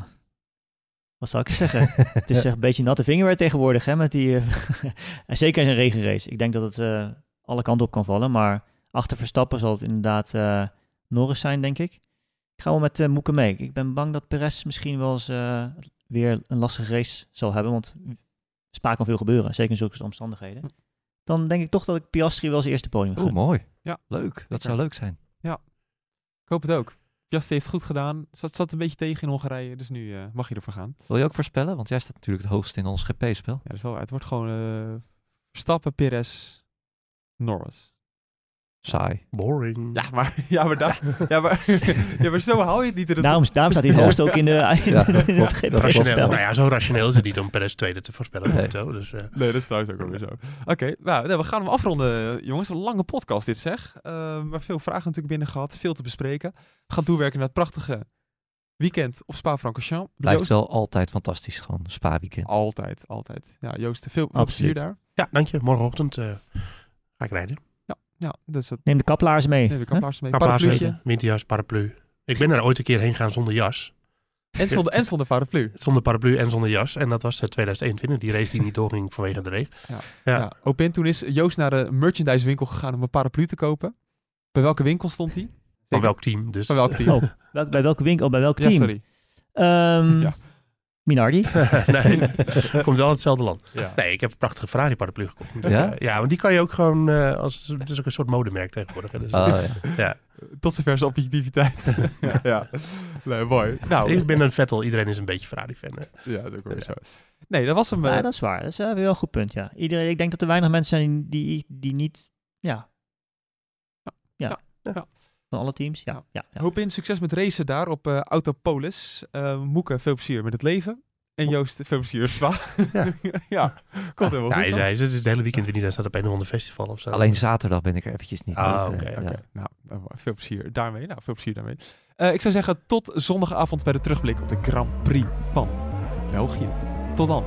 wat zou ik zeggen? Het is een beetje natte vingerwerk tegenwoordig, hè, met die, uh, zeker in een regenrace. Ik denk dat het uh, alle kanten op kan vallen, maar achter Verstappen zal het inderdaad uh, Norris zijn, denk ik. Ik ga wel met uh, Moeke mee. Ik ben bang dat Perez misschien wel eens uh, weer een lastige race zal hebben, want Spa kan veel gebeuren, zeker in zulke omstandigheden. Dan denk ik toch dat ik Piastri wel als eerste podium ga. Oeh, mooi. Ja. Leuk. Dat Lekker. zou leuk zijn. Ja. Ik hoop het ook. Piastri heeft het goed gedaan. Zat, zat een beetje tegen in Hongarije, dus nu uh, mag je ervoor gaan. Wil je ook voorspellen? Want jij staat natuurlijk het hoogst in ons G P-spel. Ja, dus wel, het wordt gewoon uh, Verstappen, Perez, Norris. Saai. Boring. Ja, maar, ja, maar, daar, ja, maar, ja, maar zo hou je het niet in het... Daarom, daarom staat hij het hoogst ook in, de, in, ja, in het G P-spel. Nou ja, zo rationeel is het niet om Perez tweede te voorspellen. Nee, zo, dus, uh. nee dat is trouwens ook weer zo. Oké, okay, nou, we gaan hem afronden, jongens. Een lange podcast dit zeg. Uh, maar veel vragen natuurlijk binnen gehad. Veel te bespreken. We gaan toewerken naar het prachtige weekend op Spa-Francorchamps. Blijft Joost? wel altijd fantastisch, gewoon Spa-weekend. Altijd, altijd. Ja, Joost, veel, veel plezier daar. Ja, dank je. Morgenochtend uh, ga ik rijden. Ja, ja dus het... Neem de kaplaars mee. Neem de kaplaars mee. Parapluutje. Winterjas, paraplu. Ik ben er ooit een keer heen gegaan zonder jas. En zonder, en zonder paraplu. Zonder paraplu en zonder jas. En dat was twintig eenentwintig. Die race die niet doorging vanwege de regen. Ja. Ja. Ja. Open, toen is Joost naar de merchandise winkel gegaan om een paraplu te kopen. Bij welke winkel stond hij? Van welk team? Dus. Van welk team? Oh, welk, bij welke winkel? Bij welk team? Ja, sorry. Um, ja. Minardi. Nee, komt wel hetzelfde land. Ja. Nee, ik heb een prachtige Ferrari paraplu gekocht. Ja? Uh, ja, want die kan je ook gewoon, uh, als, het is ook een soort modemerk tegenwoordig. Dus, oh, ja. ja. Tot zover zijn objectiviteit. ja, ja. Nee, mooi. Nou, ik ben een Vettel, iedereen is een beetje Ferrari-fan. Hè? Ja, dat is ook weer ja. zo. Nee, dat was hem. Ja, dat is waar. Dat is uh, weer wel een goed punt, ja. Iedereen, ik denk dat er weinig mensen zijn die, die niet, ja. Ja. ja. ja. ja. Van alle teams, ja. ja, ja. Hoop in succes met racen daar op uh, Autopolis. Uh, Moeke, veel plezier met het leven. En Joost, veel plezier. Spa. ja. ja, komt helemaal ja, goed. hij zei, het is het hele weekend weer niet. Hij staat op een of ander festival of zo. Alleen zaterdag ben ik er eventjes niet. Ah, bij. oké. Ja. Oké, nou, veel plezier daarmee. Nou, veel plezier daarmee. Uh, ik zou zeggen, tot zondagavond bij de terugblik op de Grand Prix van België. Tot dan.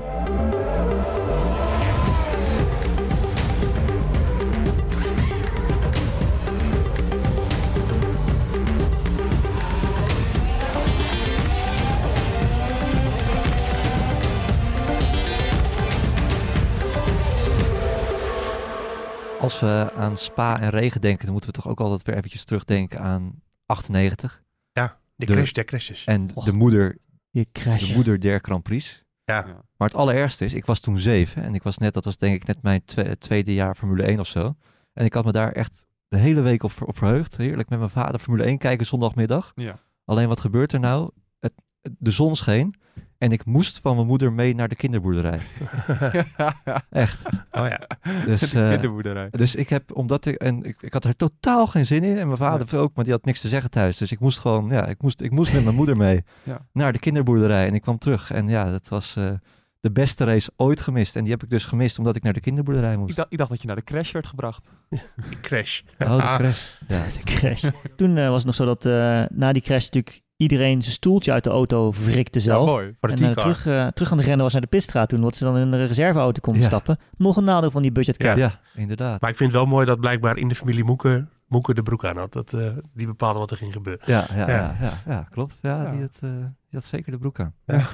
Als we aan Spa en regen denken, dan moeten we toch ook altijd weer eventjes terugdenken aan achtennegentig. Ja, de, de crash der crashes. En Och, de, moeder, Je crash. de moeder der Grand Prix. Ja. Maar het allerergste is, ik was toen zeven en ik was net, dat was denk ik net mijn twe- tweede jaar Formule één of zo. En ik had me daar echt de hele week op, op verheugd. Heerlijk met mijn vader Formule één kijken zondagmiddag. Ja. Alleen wat gebeurt er nou? Het, de zon scheen en ik moest van mijn moeder mee naar de kinderboerderij. Echt. Oh ja. Dus, de eh, kinderboerderij. dus ik heb, omdat ik, en ik, ik had er totaal geen zin in. En mijn vader ook, maar die had niks te zeggen thuis. Dus ik moest gewoon, ja, ik moest, ik moest met mijn moeder mee Ja. naar de kinderboerderij. En ik kwam terug. En ja, dat was uh, de beste race ooit gemist. En die heb ik dus gemist omdat ik naar de kinderboerderij moest. Ik dacht, ik dacht dat je naar de crash werd gebracht. De crash. Oh, de crash. Ja. De crash. Toen uh, was het nog zo dat uh, na die crash natuurlijk iedereen zijn stoeltje uit de auto wrikte zelf. Ja, mooi. Voor de En uh, T-car. terug, uh, terug aan de rennen was naar de pitstraat toen, wat ze dan in de reserveauto konden Ja. stappen. Nog een nadeel van die budgetcar. Ja, ja, inderdaad. Maar ik vind het wel mooi dat blijkbaar in de familie Moeke, Moeke de broek aan had. Dat, uh, die bepaalde wat er ging gebeuren. Ja, ja, Ja. ja. ja, ja, klopt. Ja, Ja. Die, had, uh, die had zeker de broek aan.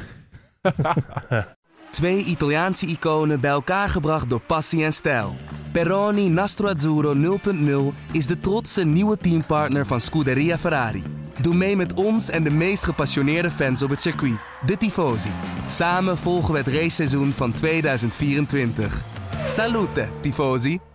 Twee Italiaanse iconen bij elkaar gebracht door passie en stijl. Peroni Nastro Azzurro nul punt nul is de trotse nieuwe teampartner van Scuderia Ferrari. Doe mee met ons en de meest gepassioneerde fans op het circuit, de Tifosi. Samen volgen we het raceseizoen van tweeduizend vierentwintig. Salute, Tifosi!